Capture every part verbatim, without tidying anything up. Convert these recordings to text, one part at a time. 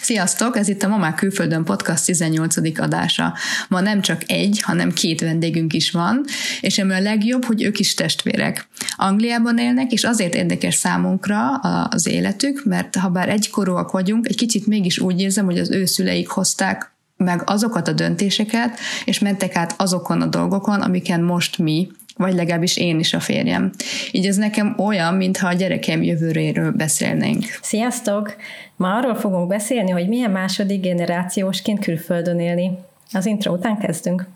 Sziasztok! Ez itt a Mamák Külföldön Podcast tizennyolcadik adása. Ma nem csak egy, hanem két vendégünk is van, és ami a legjobb, hogy ők is testvérek. Angliában élnek, és azért érdekes számunkra az életük, mert ha bár egykorúak vagyunk, egy kicsit mégis úgy érzem, hogy az ő szüleik hozták meg azokat a döntéseket, és mentek át azokon a dolgokon, amiken most mi, vagy legalábbis én is a férjem. Így ez nekem olyan, mintha a gyerekem jövőréről beszélnénk. Sziasztok! Ma arról fogunk beszélni, hogy milyen második generációsként külföldön élni. Az intro után kezdünk.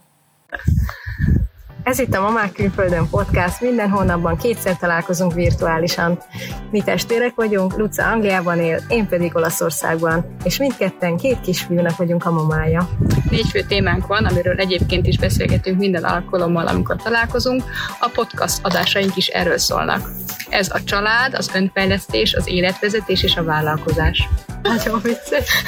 Ez itt a Mamák Külföldön Podcast, minden hónapban kétszer találkozunk virtuálisan. Mi testvérek vagyunk, Luca Angliában él, én pedig Olaszországban, és mindketten két kisfiúnak vagyunk a mamája. Négy fő témánk van, amiről egyébként is beszélgetünk minden alkalommal, amikor találkozunk. A podcast adásaink is erről szólnak. Ez a család, az önfejlesztés, az életvezetés és a vállalkozás. Nagyon vicces.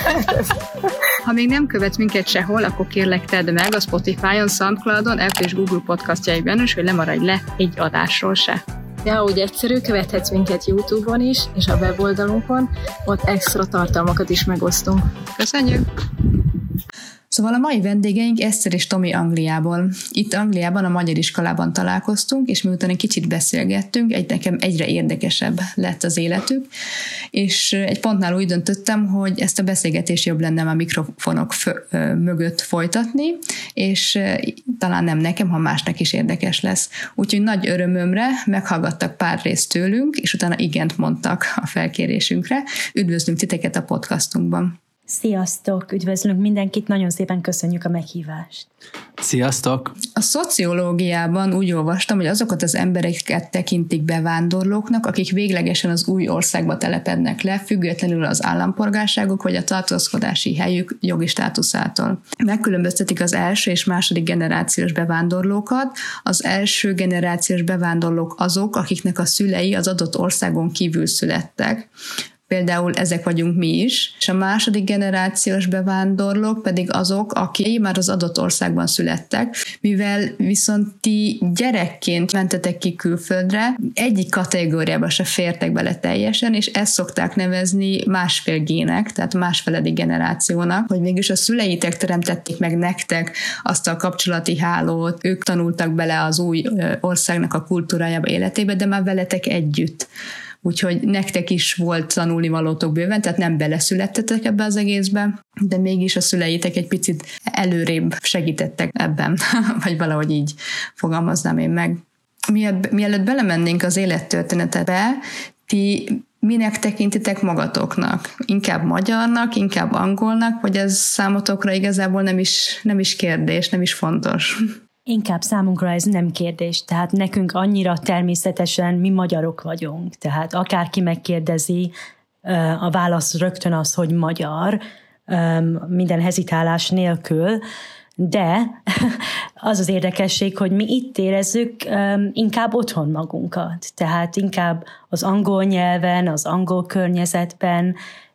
Ha még nem követsz minket sehol, akkor kérlek tedd meg a Spotify-on, SoundCloud-on, Apple és Google podcastjaikban is, hogy lemaradj le egy adásról se. De úgy egyszerű, követhetsz minket YouTube-on is, és a weboldalunkon, ott extra tartalmakat is megosztunk. Köszönjük! Szóval a mai vendégeink Eszter és Tomi Angliából. Itt Angliában a magyar iskolában találkoztunk, és miután egy kicsit beszélgettünk, egy nekem egyre érdekesebb lett az életük, és egy pontnál úgy döntöttem, hogy ezt a beszélgetést jobb lenne a mikrofonok fö- mögött folytatni, és talán nem nekem, ha másnak is érdekes lesz. Úgyhogy nagy örömömre meghallgattak pár részt tőlünk, és utána igent mondtak a felkérésünkre. Üdvözlünk titeket a podcastunkban! Sziasztok! Üdvözlünk mindenkit, nagyon szépen köszönjük a meghívást. Sziasztok! A szociológiában úgy olvastam, hogy azokat az embereket tekintik bevándorlóknak, akik véglegesen az új országba telepednek le, függetlenül az állampolgárságuk vagy a tartózkodási helyük jogi státuszától. Megkülönböztetik az első és második generációs bevándorlókat. Az első generációs bevándorlók azok, akiknek a szülei az adott országon kívül születtek. Például ezek vagyunk mi is, és a második generációs bevándorlók pedig azok, akik már az adott országban születtek, mivel viszont ti gyerekként mentetek ki külföldre, egyik kategóriába se fértek bele teljesen, és ezt szokták nevezni másfél gének, tehát másfeledik generációnak, hogy mégis a szüleitek teremtették meg nektek azt a kapcsolati hálót, ők tanultak bele az új országnak a kultúrájába, életébe, de már veletek együtt. Úgyhogy nektek is volt tanulnivalótok bőven, tehát nem beleszülettetek ebbe az egészbe, de mégis a szüleitek egy picit előrébb segítettek ebben, vagy valahogy így fogalmaznám én meg. Mielőtt belemennénk az élettörténetetbe, ti minek tekintitek magatoknak? Inkább magyarnak, inkább angolnak, vagy ez számotokra igazából nem is, nem is kérdés, nem is fontos? Inkább számunkra ez nem kérdés, tehát nekünk annyira természetesen mi magyarok vagyunk, tehát akárki megkérdezi, a válasz rögtön az, hogy magyar, minden hezitálás nélkül, de az az érdekesség, hogy mi itt érezzük inkább otthon magunkat, tehát inkább az angol nyelven, az angol környezetben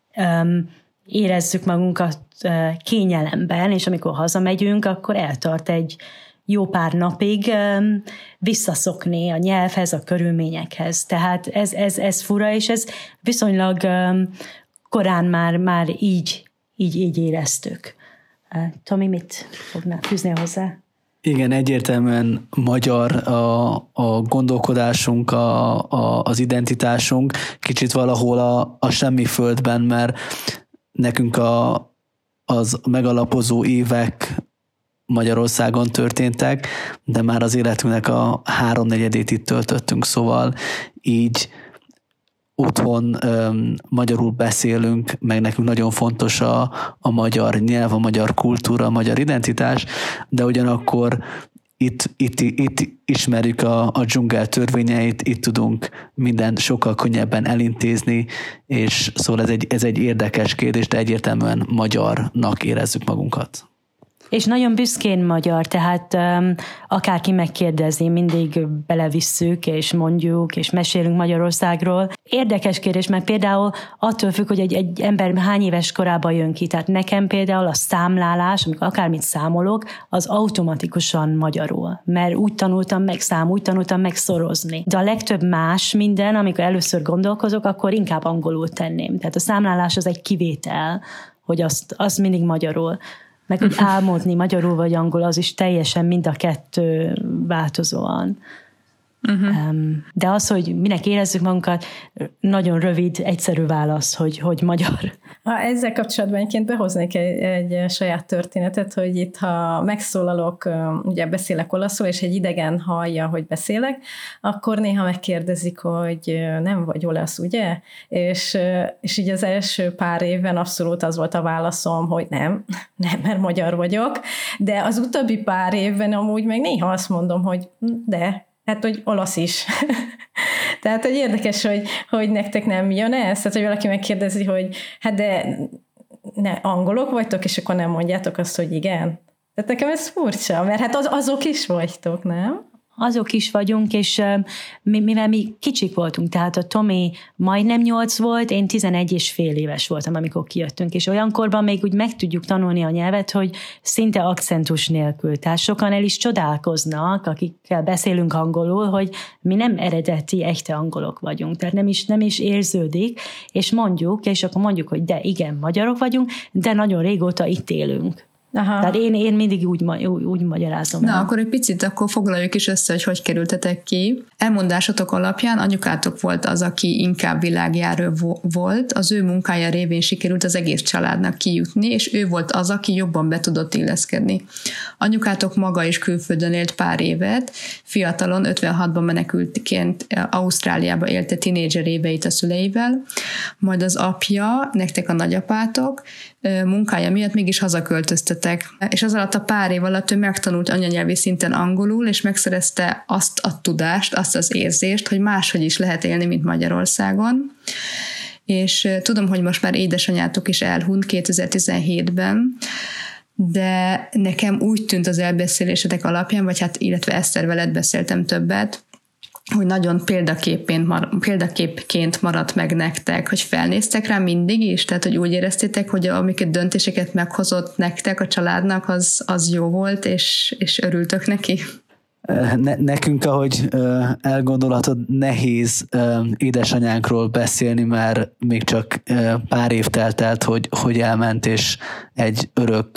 érezzük magunkat kényelemben, és amikor hazamegyünk, akkor eltart egy jó pár napig um, visszaszokni a nyelvhez, a körülményekhez. Tehát ez, ez, ez fura, és ez viszonylag um, korán már, már így, így, így éreztük. Uh, Tomi, mit fognál fűzni hozzá? Igen, egyértelműen magyar a, a gondolkodásunk, a, a, az identitásunk, kicsit valahol a, a semmiföldben, mert nekünk a, az megalapozó évek Magyarországon történtek, de már az életünknek a háromnegyedét itt töltöttünk, szóval így otthon öm, magyarul beszélünk, meg nekünk nagyon fontos a, a magyar nyelv, a magyar kultúra, a magyar identitás, de ugyanakkor itt, itt, itt ismerjük a, a dzsungel törvényeit, itt tudunk mindent sokkal könnyebben elintézni, és szóval ez egy, ez egy érdekes kérdés, de egyértelműen magyarnak érezzük magunkat. És nagyon büszkén magyar, tehát um, akárki megkérdezi, mindig belevisszük, és mondjuk, és mesélünk Magyarországról. Érdekes kérdés, mert például attól függ, hogy egy, egy ember hány éves korában jön ki. Tehát nekem például a számlálás, amikor akármit számolok, az automatikusan magyarul. Mert úgy tanultam meg szám, úgy tanultam meg szorozni. De a legtöbb más minden, amikor először gondolkozok, akkor inkább angolul tenném. Tehát a számlálás az egy kivétel, hogy azt, azt mindig magyarul. Meg hogy álmodni magyarul vagy angol, az is teljesen mind a kettő változóan. Uh-huh. De az, hogy minek érezzük magunkat, nagyon rövid, egyszerű válasz, hogy, hogy magyar. Ha ezzel kapcsolatban egyébként behoznék egy, egy saját történetet, hogy itt, ha megszólalok, ugye beszélek olaszul, és egy idegen hallja, hogy beszélek, akkor néha megkérdezik, hogy nem vagy olasz, ugye? És, és így az első pár évben abszolút az volt a válaszom, hogy nem, nem, mert magyar vagyok, de az utóbbi pár évben amúgy meg néha azt mondom, hogy de, hát, hogy olasz is. Tehát, hogy érdekes, hogy, hogy nektek nem jön ez? Tehát, hogy valaki megkérdezi, hogy hát de ne, angolok vagytok, és akkor nem mondjátok azt, hogy igen. Tehát nekem ez furcsa, mert hát az, azok is vagytok, nem? Azok is vagyunk, és mivel mi kicsik voltunk, tehát a Tomi majdnem nyolc volt, én tizenegy és fél éves voltam, amikor kijöttünk, és olyankorban még úgy meg tudjuk tanulni a nyelvet, hogy szinte akcentus nélkül. Tehát sokan el is csodálkoznak, akikkel beszélünk angolul, hogy mi nem eredeti, echte angolok vagyunk, tehát nem is, nem is érződik, és mondjuk, és akkor mondjuk, hogy de igen, magyarok vagyunk, de nagyon régóta itt élünk. Aha. Tehát én, én mindig úgy, úgy, úgy magyarázom. Na, el. Akkor egy picit akkor foglaljuk is össze, hogy hogy kerültetek ki. Elmondásotok alapján anyukátok volt az, aki inkább világjáró volt, az ő munkája révén sikerült az egész családnak kijutni, és ő volt az, aki jobban be tudott illeszkedni. Anyukátok maga is külföldön élt pár évet, fiatalon, ötvenhatban menekültként Ausztráliába élte tinédzser éveit a szüleivel, majd az apja, nektek a nagyapátok, munkája miatt mégis hazaköltöztetek. És az alatt a pár év alatt ő megtanult anyanyelvi szinten angolul, és megszerezte azt a tudást, azt az érzést, hogy máshogy is lehet élni, mint Magyarországon. És tudom, hogy most már édesanyátok is elhunyt kétezer-tizenhétben, de nekem úgy tűnt az elbeszélésetek alapján, vagy hát illetve Eszter veled beszéltem többet, hogy nagyon példaképként maradt meg nektek, hogy felnéztek rá mindig is, tehát hogy úgy éreztétek, hogy amiket döntéseket meghozott nektek a családnak, az, az jó volt, és, és örültök neki? Ne, nekünk, ahogy elgondolhatod, nehéz édesanyánkról beszélni, mert még csak pár év telt el, hogy, hogy elment, és egy örök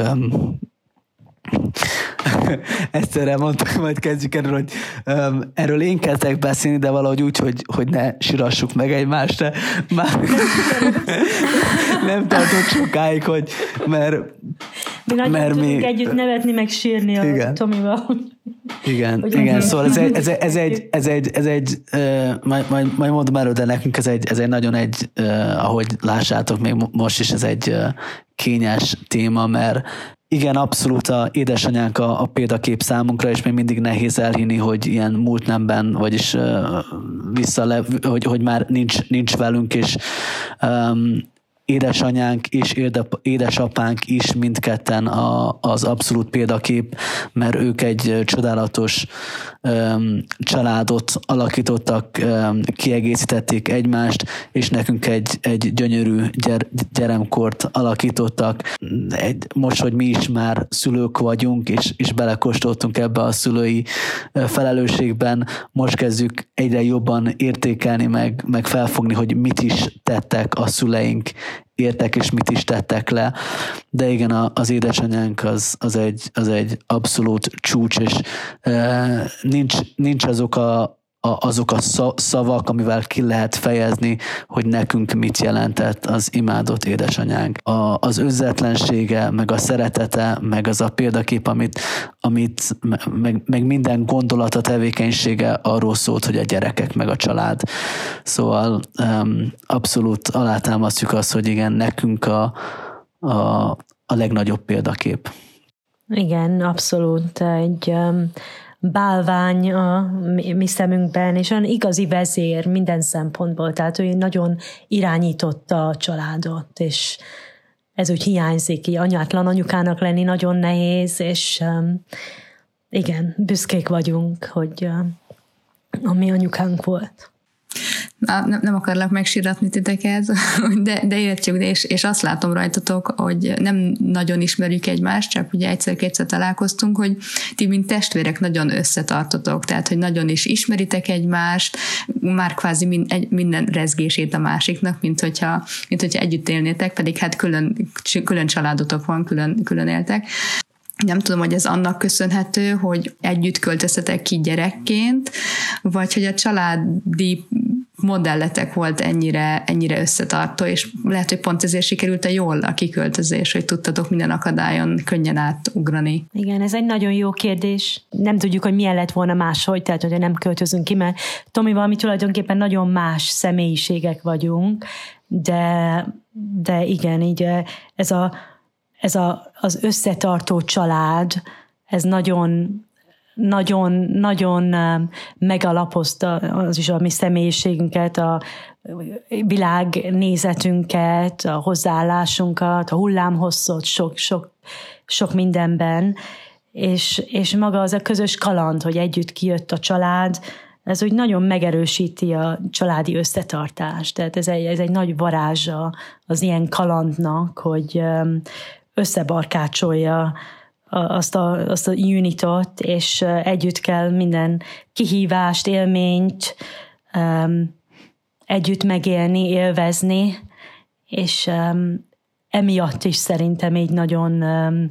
egyszerre mondtam, majd kezdjük erről, hogy um, erről én kezdek beszélni, de valahogy úgy, hogy, hogy ne sírassuk meg egymást, de már nem tartott sokáig, hogy mert mi nagyon mert tudunk mi... együtt nevetni, meg sírni a igen. Tomival. Igen, Ugyan igen, szóval ez egy, ez egy, ez egy, ez egy, ez egy uh, majd, majd, majd mondom erről, de nekünk ez egy, ez egy nagyon egy, uh, ahogy lássátok, még most is ez egy uh, kényes téma, mert igen, abszolút a édesanyánk a, a példakép számunkra, és még mindig nehéz elhinni, hogy ilyen múlt nemben, vagyis uh, visszale, hogy, hogy már nincs, nincs velünk, és um, édesanyánk és édesapánk is mindketten a, az abszolút példakép, mert ők egy csodálatos um, családot alakítottak, um, kiegészítették egymást, és nekünk egy, egy gyönyörű gyere, gyeremkort alakítottak. Egy, most, hogy mi is már szülők vagyunk, és, és belekóstoltunk ebbe a szülői felelősségben, most kezdjük egyre jobban értékelni, meg, meg felfogni, hogy mit is tettek a szüleink, értek, és mit is tettek le. De igen, az édesanyánk az, az, egy, az egy abszolút csúcs, és e, nincs, nincs azok a A, azok a szavak, amivel ki lehet fejezni, hogy nekünk mit jelentett az imádott édesanyánk. A, az özzetlensége, meg a szeretete, meg az a példakép, amit, amit meg, meg minden gondolata, tevékenysége arról szólt, hogy a gyerekek, meg a család. Szóval um, abszolút alátámasztjuk azt, hogy igen, nekünk a, a, a legnagyobb példakép. Igen, abszolút egy... Um... bálvány a mi szemünkben, és olyan igazi vezér minden szempontból, tehát ő nagyon irányította a családot, és ez úgy hiányzik, így anyátlan anyukának lenni nagyon nehéz, és um, igen, büszkék vagyunk, hogy uh, a mi anyukánk volt. Na, nem, nem akarlak megsíratni titeket, de, de értjük, de és, és azt látom rajtatok, hogy nem nagyon ismerjük egymást, csak ugye egyszer-kétszer találkoztunk, hogy ti, mint testvérek nagyon összetartotok, tehát, hogy nagyon is ismeritek egymást, már kvázi mind, egy, minden rezgését a másiknak, mint hogyha, mint hogyha együtt élnétek, pedig hát külön, külön családotok van, külön, külön éltek. Nem tudom, hogy ez annak köszönhető, hogy együtt költöztetek ki gyerekként, vagy hogy a családi modelletek volt ennyire, ennyire összetartó, és lehet, hogy pont ezért sikerült a jól a kiköltözés, hogy tudtatok minden akadályon könnyen átugrani. Igen, ez egy nagyon jó kérdés. Nem tudjuk, hogy milyen lett volna máshogy, tehát hogy nem költözünk ki, mert Tomival mi tulajdonképpen nagyon más személyiségek vagyunk, de, de igen, így ez a Ez a, az összetartó család, ez nagyon, nagyon, nagyon megalapozta az is a mi személyiségünket, a világnézetünket, a hozzáállásunkat, a hullámhosszot sok, sok, sok mindenben, és, és maga az a közös kaland, hogy együtt kijött a család, ez úgy nagyon megerősíti a családi összetartást. Tehát ez egy, ez egy nagy varázsa az ilyen kalandnak, hogy összebarkácsolja azt a, azt a unitot, és együtt kell minden kihívást, élményt um, együtt megélni, élvezni, és um, emiatt is szerintem így nagyon um,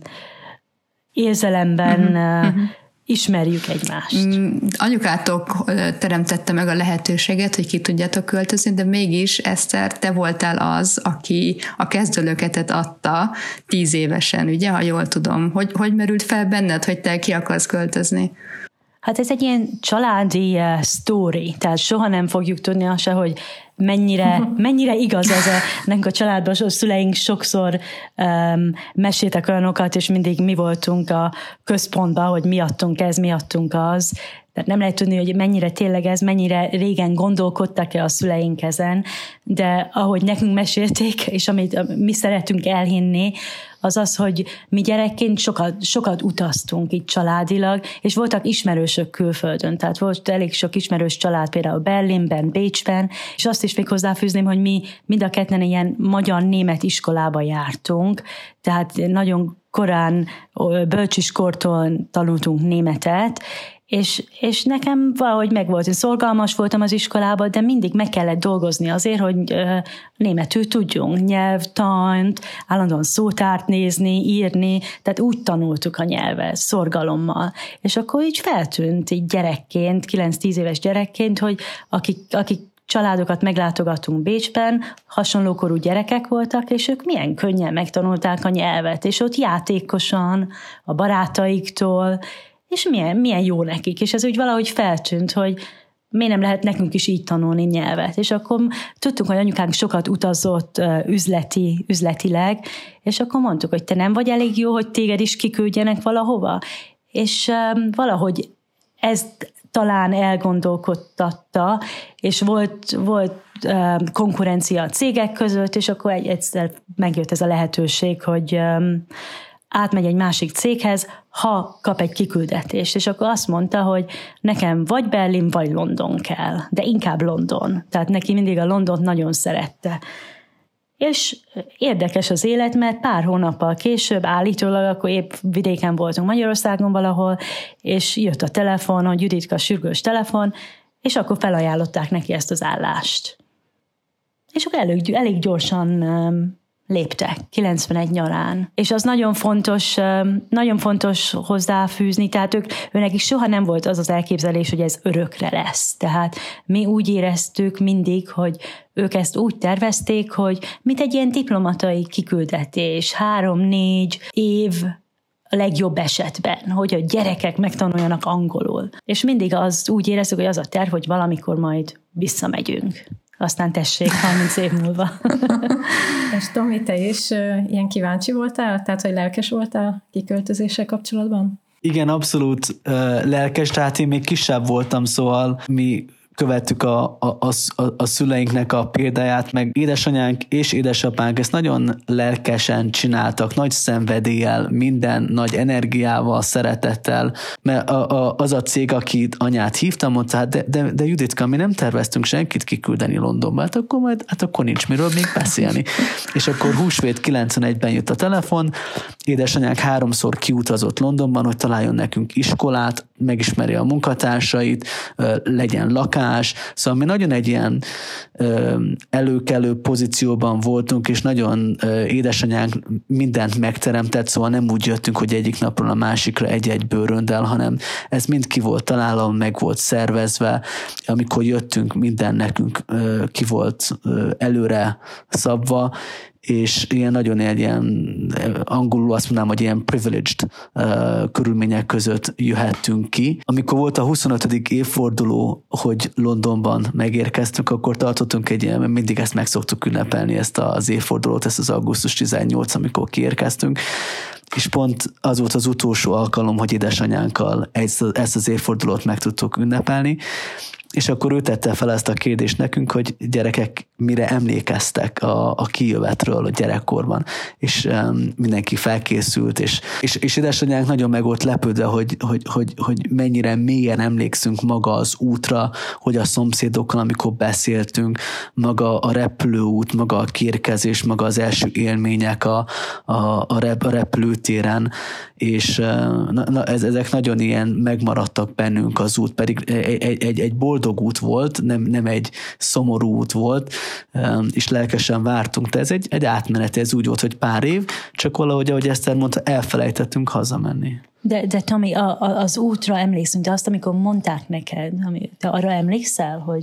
érzelemben uh-huh, uh, ismerjük egymást. Anyukátok teremtette meg a lehetőséget, hogy ki tudjátok költözni, de mégis, Eszter, te voltál az, aki a kezdőlöketet adta tíz évesen, ugye, ha jól tudom. Hogy, hogy merült fel benned, hogy te ki akarsz költözni? Hát ez egy ilyen családi uh, sztori, tehát soha nem fogjuk tudni azt se, hogy mennyire, mennyire igaz ez a, nekünk a családban, a szüleink sokszor um, meséltek olyanokat, és mindig mi voltunk a központban, hogy miattunk ez, miattunk az. Tehát nem lehet tudni, hogy mennyire tényleg ez, mennyire régen gondolkodtak-e a szüleink ezen, de ahogy nekünk mesélték, és amit mi szeretünk elhinni, az az, hogy mi gyerekként sokat, sokat utaztunk itt családilag, és voltak ismerősök külföldön, tehát volt elég sok ismerős család, például Berlinben, Bécsben, és azt is még hozzáfűzném, hogy mi mind a ketten ilyen magyar-német iskolába jártunk, tehát nagyon korán, bölcsiskortól tanultunk németet, És, és nekem valahogy megvolt, hogy szorgalmas voltam az iskolában, de mindig meg kellett dolgozni azért, hogy uh, németül tudjunk, nyelvtant, állandóan szótárt nézni, írni, tehát úgy tanultuk a nyelvet, szorgalommal. És akkor így feltűnt így gyerekként, kilenc-tíz éves gyerekként, hogy akik, akik családokat meglátogattunk Bécsben, hasonlókorú gyerekek voltak, és ők milyen könnyen megtanulták a nyelvet, és ott játékosan, a barátaiktól, és milyen, milyen jó nekik, és ez úgy valahogy feltűnt, hogy miért nem lehet nekünk is így tanulni nyelvet. És akkor tudtunk, hogy anyukánk sokat utazott üzleti, üzletileg, és akkor mondtuk, hogy te nem vagy elég jó, hogy téged is kiküldjenek valahova. És um, valahogy ezt talán elgondolkodtatta, és volt, volt um, konkurencia a cégek között, és akkor egy, egyszer megjött ez a lehetőség, hogy um, átmegy egy másik céghez, ha kap egy kiküldetést, és akkor azt mondta, hogy nekem vagy Berlin, vagy London kell, de inkább London. Tehát neki mindig a Londont nagyon szerette. És érdekes az élet, mert pár hónappal később állítólag, akkor épp vidéken voltunk Magyarországon valahol, és jött a telefon, a Juditka sürgős telefon, és akkor felajánlották neki ezt az állást. És akkor elég, elég gyorsan léptek, kilencvenegy nyarán. És az nagyon fontos, nagyon fontos hozzáfűzni, tehát ők, őnek is soha nem volt az az elképzelés, hogy ez örökre lesz. Tehát mi úgy éreztük mindig, hogy ők ezt úgy tervezték, hogy mint egy ilyen diplomatai kiküldetés, három-négy év a legjobb esetben, hogy a gyerekek megtanuljanak angolul. És mindig az úgy éreztük, hogy az a terv, hogy valamikor majd visszamegyünk. Aztán tessék, harminc év múlva. És Tomi, te is uh, ilyen kíváncsi voltál? Tehát, hogy lelkes voltál kiköltözéssel kapcsolatban? Igen, abszolút uh, lelkes, tehát én még kisebb voltam, szóval mi követtük a, a, a, a szüleinknek a példáját, meg édesanyánk és édesapánk ezt nagyon lelkesen csináltak, nagy szenvedéllyel, minden nagy energiával, szeretettel, mert a, a, az a cég, akit anyát hívtam, mondta, hát de, de, de Juditka, mi nem terveztünk senkit kiküldeni Londonba, hát akkor, majd, hát akkor nincs miről még beszélni. És akkor húsvét kilencvenegyben jött a telefon, édesanyánk háromszor kiutazott Londonban, hogy találjon nekünk iskolát, megismeri a munkatársait, legyen lakás, szóval mi nagyon egy ilyen előkelő pozícióban voltunk, és nagyon édesanyánk mindent megteremtett, szóval nem úgy jöttünk, hogy egyik napról a másikra egy-egy bőröndel, hanem ez mind ki volt találva, meg volt szervezve, amikor jöttünk, minden nekünk ki volt előre szabva, és ilyen nagyon ilyen, angolul azt mondanám, hogy ilyen privileged uh, körülmények között jöhettünk ki. Amikor volt a huszonötödik évforduló, hogy Londonban megérkeztünk, akkor tartottunk egy ilyen, mindig ezt meg szoktuk ünnepelni, ezt az évfordulót, ezt az augusztus tizennyolcadika, amikor kiérkeztünk, és pont az volt az utolsó alkalom, hogy édesanyánkkal ezt az évfordulót meg tudtuk ünnepelni, és akkor ő tette fel ezt a kérdést nekünk, hogy gyerekek, mire emlékeztek a, a kijövetről a gyerekkorban, és um, mindenki felkészült, és, és, és édesanyánk nagyon meg volt lepődve, hogy, hogy, hogy, hogy mennyire mélyen emlékszünk maga az útra, hogy a szomszédokkal, amikor beszéltünk, maga a repülőút, maga a kiérkezés, maga az első élmények a, a, a, rep, a repülőtéren, és na, na, ez, ezek nagyon ilyen megmaradtak bennünk az út, pedig egy, egy, egy boldog út volt, nem, nem egy szomorú út volt, és lelkesen vártunk, de ez egy, egy átmenet, ez úgy volt, hogy pár év, csak valahogy, ahogy Eszter mondta, elfelejtettünk hazamenni. De, de Tomi, a, a, az útra emlékszünk, de azt, amikor mondták neked, ami, te arra emlékszel, hogy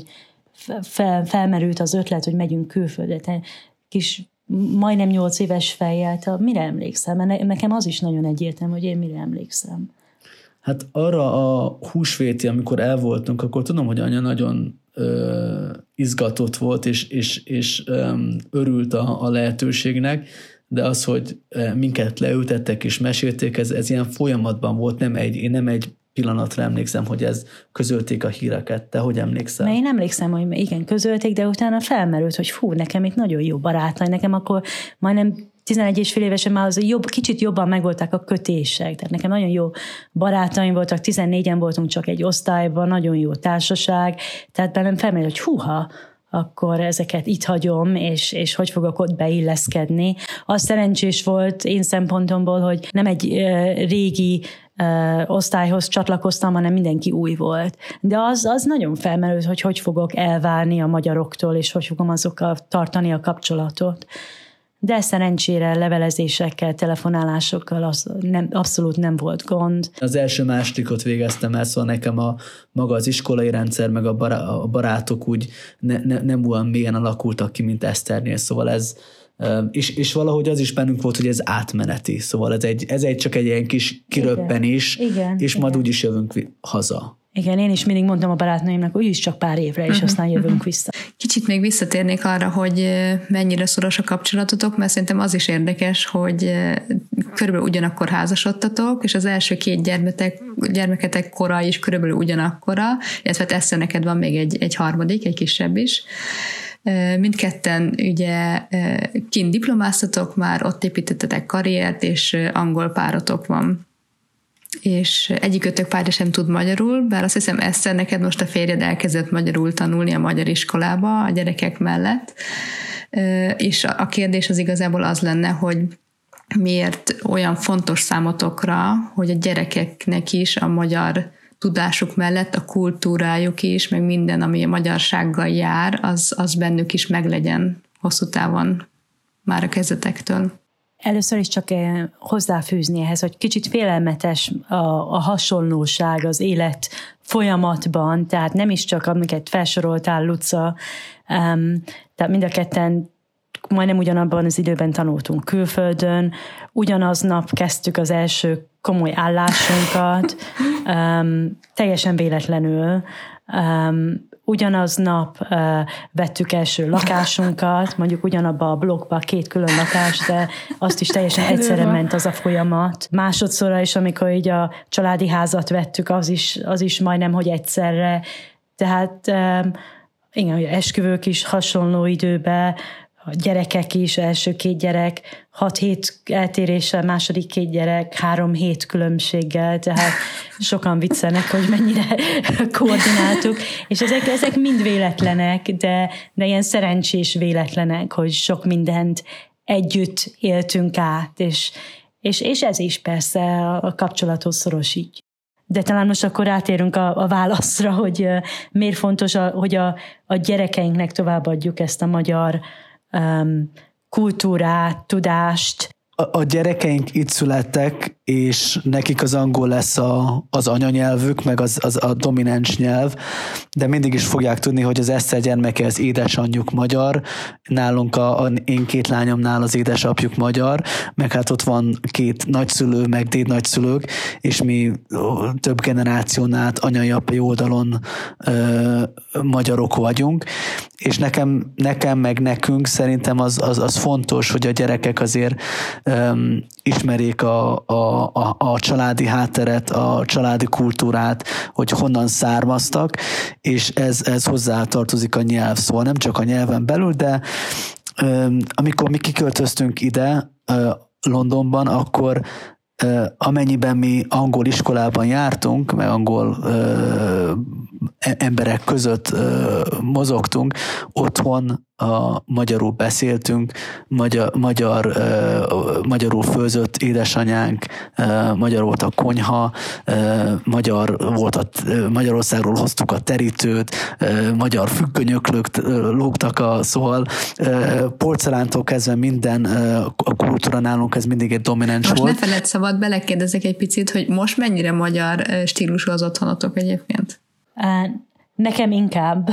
fel, felmerült az ötlet, hogy megyünk külföldre, te kis majdnem nyolc éves fejjel, te mire emlékszel? Mert nekem az is nagyon egyértelmű, hogy én mire emlékszem. Hát arra a húsvéti, amikor el voltunk, akkor tudom, hogy anya nagyon ö, izgatott volt, és, és, és ö, örült a, a lehetőségnek, de az, hogy minket leültettek és mesélték, ez, ez ilyen folyamatban volt, nem egy, én nem egy pillanatra emlékszem, hogy ez közölték a híreket. Te hogy emlékszel? Mert én emlékszem, hogy igen, közölték, de utána felmerült, hogy fú, nekem itt nagyon jó barátaim, nekem akkor majdnem tizenegy és fél évesen már az jobb, kicsit jobban megvoltak a kötések. Tehát nekem nagyon jó barátaim voltak, tizennégyen voltunk csak egy osztályban, nagyon jó társaság, tehát bennem felmerült, hogy húha, akkor ezeket itt hagyom, és, és hogy fogok ott beilleszkedni. Az szerencsés volt én szempontomból, hogy nem egy uh, régi uh, osztályhoz csatlakoztam, hanem mindenki új volt. De az, az nagyon felmerült, hogy hogy fogok elválni a magyaroktól, és hogy fogom azokkal tartani a kapcsolatot. De szerencsére levelezésekkel, telefonálásokkal az nem, abszolút nem volt gond. Az első másodikot végeztem el, szóval nekem a maga az iskolai rendszer, meg a, bará, a barátok úgy ne, ne, nem olyan mélyen alakultak ki, mint Eszternél, szóval ez, és, és valahogy az is bennünk volt, hogy ez átmeneti, szóval ez egy, ez egy csak egy ilyen kis kiröppenés, igen, igen, és igen. Majd úgyis jövünk haza. Igen, én is mindig mondtam a barátnőimnek, hogy úgyis csak pár évre, és uh-huh. aztán jövünk vissza. Kicsit még visszatérnék arra, hogy mennyire szoros a kapcsolatotok, mert szerintem az is érdekes, hogy körülbelül ugyanakkor házasodtatok, és az első két gyermetek, gyermeketek kora is körülbelül ugyanakkora, illetve Eszter, neked van még egy, egy harmadik, egy kisebb is. Mindketten ugye kint diplomáztatok már, ott építettetek karriert, és angol párotok van. És egyikőtök párja sem tud magyarul, bár azt hiszem, Eszter, neked most a férjed elkezdett magyarul tanulni a magyar iskolába a gyerekek mellett, és a kérdés az igazából az lenne, hogy miért olyan fontos számotokra, hogy a gyerekeknek is a magyar tudásuk mellett a kultúrájuk is, meg minden, ami a magyarsággal jár, az, az bennük is meglegyen hosszú távon már a kezdetektől. Először is csak hozzáfűzni ehhez, hogy kicsit félelmetes a, a hasonlóság az élet folyamatban, tehát nem is csak amiket felsoroltál, Luca, um, tehát mind a ketten majdnem ugyanabban az időben tanultunk külföldön, ugyanaznap kezdtük az első komoly állásunkat, um, teljesen véletlenül, um, ugyanaznap uh, vettük első lakásunkat, mondjuk ugyanabba a blokkba két külön lakás, de azt is teljesen egyszerre ment az a folyamat. Másodszorra is, amikor így a családi házat vettük, az is, az is majdnem, hogy egyszerre. Tehát igen, hogy esküvők is hasonló időben, a gyerekek is, első két gyerek, hat hét eltéréssel, második két gyerek, három hét különbséggel, tehát sokan viccelnek, hogy mennyire koordináltuk, és ezek, ezek mind véletlenek, de, de ilyen szerencsés véletlenek, hogy sok mindent együtt éltünk át, és, és, és ez is persze a kapcsolathoz szorosít. De talán most akkor átérünk a, a válaszra, hogy uh, miért fontos, a, hogy a, a gyerekeinknek továbbadjuk ezt a magyar um, kultúrát, tudást. A, a gyerekeink itt születtek, és nekik az angol lesz a, az anyanyelvük, meg az, az a domináns nyelv, de mindig is fogják tudni, hogy az Eszter gyermeke az édesanyjuk magyar, nálunk a, a én két lányomnál az édesapjuk magyar, meg hát ott van két nagyszülő, meg dédnagyszülők, és mi több generáción át anyai apai oldalon ö, magyarok vagyunk, és nekem, nekem meg nekünk szerintem az, az, az fontos, hogy a gyerekek azért ö, ismerjék a, a A, a családi hátteret, a családi kultúrát, hogy honnan származtak, és ez, ez hozzá tartozik a nyelv. Szóval nem csak a nyelven belül, de ö, amikor mi kiköltöztünk ide ö, Londonban, akkor ö, amennyiben mi angol iskolában jártunk, meg angol ö, emberek között ö, mozogtunk, otthon a magyarul beszéltünk, magyar, magyar, uh, magyarul főzött édesanyánk, uh, magyar volt a konyha, uh, magyar volt a, uh, Magyarországról hoztuk a terítőt, uh, magyar függönyök lögt, uh, lógtak, a, szóval uh, porcelántól kezdve minden uh, a kultúra nálunk ez mindig egy domináns most volt. Most ne feled szabad, belekérdezek egy picit, hogy most mennyire magyar stílusú az otthonotok egyébként? Uh, Nekem inkább.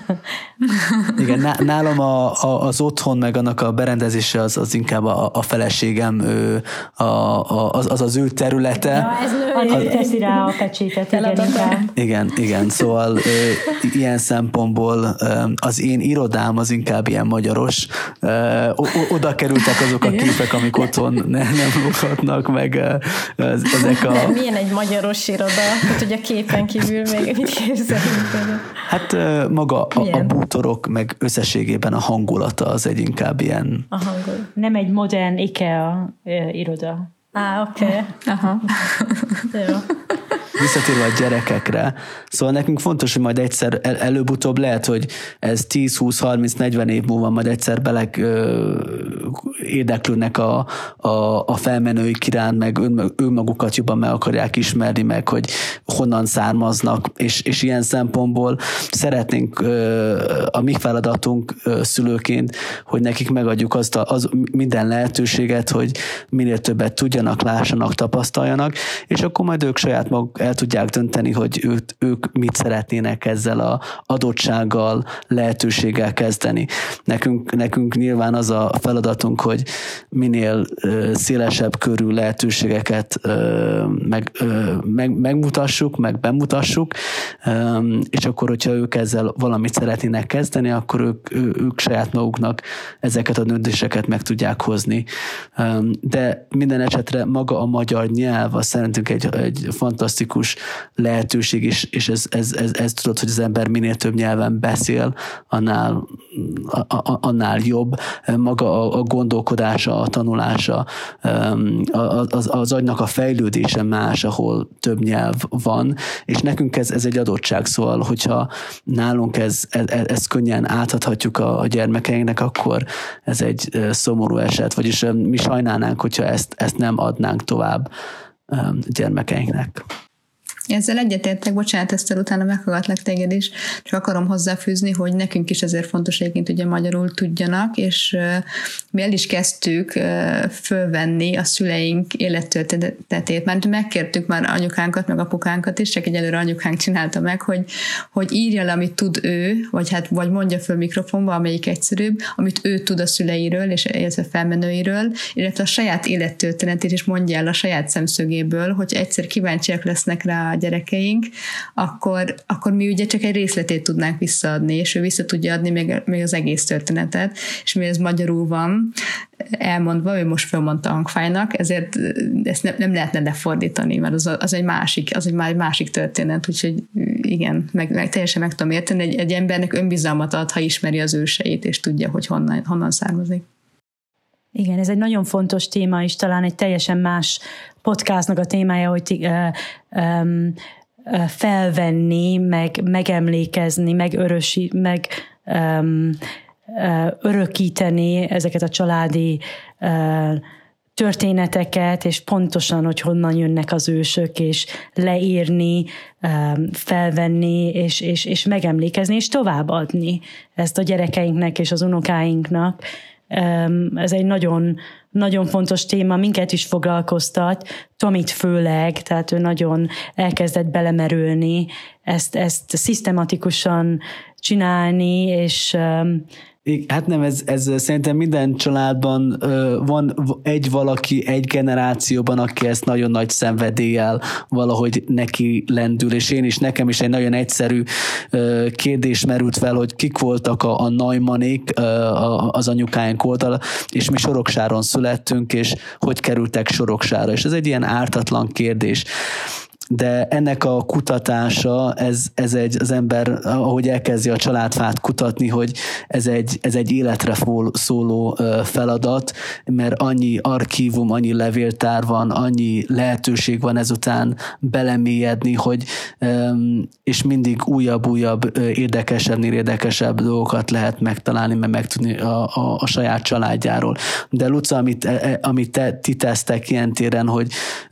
Igen, nálam a, a, az otthon, meg annak a berendezése az, az inkább a, a feleségem, ő, a, a, az, az az ő területe. Ja, ez nő, teszi rá a pecsétet, igen, inkább. Igen, igen, szóval ö, ilyen szempontból ö, az én irodám az inkább ilyen magyaros. Ö, oda kerültek azok a képek, amik otthon ne, nem lóghatnak, meg ö, ezek a... De milyen egy magyaros iroda? Hát, hogy a képen kívül még mit képzelünk? Hát maga a, a bútorok, meg összességében a hangulata az egy inkább ilyen... A hangulat. Nem egy modern IKEA iroda. Á, oké. Okay. Aha. Jó. Visszatérve a gyerekekre. Szóval nekünk fontos, hogy majd egyszer el, előbb-utóbb lehet, hogy ez tíz, húsz, harminc, negyven év múlva majd egyszer belek ö, érdeklődnek a, a, a felmenőik iránt, meg önmagukat jobban meg akarják ismerni, meg hogy honnan származnak, és, és ilyen szempontból szeretnénk ö, a mi feladatunk ö, szülőként, hogy nekik megadjuk azt a, az minden lehetőséget, hogy minél többet tudjanak, lássanak, tapasztaljanak, és akkor majd ők saját maguk el tudják dönteni, hogy ők, ők mit szeretnének ezzel az adottsággal, lehetőséggel kezdeni. Nekünk, nekünk nyilván az a feladatunk, hogy minél ö, szélesebb körű lehetőségeket ö, meg, ö, meg, megmutassuk, meg bemutassuk, ö, és akkor, hogyha ők ezzel valamit szeretnének kezdeni, akkor ők, ő, ők saját maguknak ezeket a döntéseket meg tudják hozni. Ö, de minden esetre maga a magyar nyelv, az szerintünk egy, egy fantasztikus lehetőség, és, és ez, ez, ez, ez tudod, hogy az ember minél több nyelven beszél, annál, a, a, annál jobb. Maga a, a gondolkodása, a tanulása, az, az agynak a fejlődése más, ahol több nyelv van, és nekünk ez, ez egy adottság, szóval, hogyha nálunk ez, ez, ez könnyen átadhatjuk a, a gyermekeinknek, akkor ez egy szomorú eset, vagyis mi sajnálnánk, hogyha ezt, ezt nem adnánk tovább gyermekeinknek. Ezzel egyetértek, bocsánat, Eszter, utána meghallgatlak téged is, csak akarom hozzáfűzni, hogy nekünk is ezért fontos egyébként, hogy magyarul tudjanak, és mi el is kezdtük fölvenni a szüleink élettörténetét, mert megkértük már anyukánkat, meg apukánkat is, csak egyelőre anyukánk csinálta meg, hogy, hogy írja le, amit tud ő, vagy, hát, vagy mondja föl mikrofonba, amelyik egyszerűbb, amit ő tud a szüleiről, és illetve felmenőiről, illetve a saját élettörténetét is mondja el a saját szemszögéből, hogy egyszer kíváncsiak lesznek rá a gyerekeink, akkor, akkor mi ugye csak egy részletét tudnánk visszaadni, és ő vissza tudja adni még, még az egész történetet, és mi ez magyarul van elmondva, ő most fölmondta hangfájnak, ezért ezt nem, nem lehetne lefordítani, mert az, az egy másik, az egy már másik történet, úgyhogy igen, meg, meg teljesen meg tudom érteni, egy, egy embernek önbizalmat ad, ha ismeri az őseit, és tudja, hogy honnan, honnan származik. Igen, ez egy nagyon fontos téma, és talán egy teljesen más podcastnak a témája, hogy uh, um, uh, felvenni, meg megemlékezni, meg örösi, meg um, uh, örökíteni ezeket a családi uh, történeteket, és pontosan, hogy honnan jönnek az ősök, és leírni, felvenni, és, és, és megemlékezni, és továbbadni ezt a gyerekeinknek és az unokáinknak. Ez egy nagyon, nagyon fontos téma, minket is foglalkoztat, Tomit főleg, tehát ő nagyon elkezdett belemerülni, ezt, ezt szisztematikusan csinálni, és hát nem, ez, ez szerintem minden családban ö, van egy valaki, egy generációban, aki ezt nagyon nagy szenvedéllyel valahogy neki lendül, és én is, nekem is egy nagyon egyszerű ö, kérdés merült fel, hogy kik voltak a, a Neumannék, ö, a, az anyukáink oldala, és mi Soroksáron születtünk, és hogy kerültek Soroksára, és ez egy ilyen ártatlan kérdés. De ennek a kutatása, ez, ez egy, az ember, ahogy elkezdi a családfát kutatni, hogy ez egy, ez egy életre szóló feladat, mert annyi archívum, annyi levéltár van, annyi lehetőség van ezután belemélyedni, hogy, és mindig újabb-újabb, érdekesebbnél érdekesebb dolgokat lehet megtalálni, meg megtudni a, a, a saját családjáról. De Luca, amit, amit te, ti tesztek ilyen téren, hogy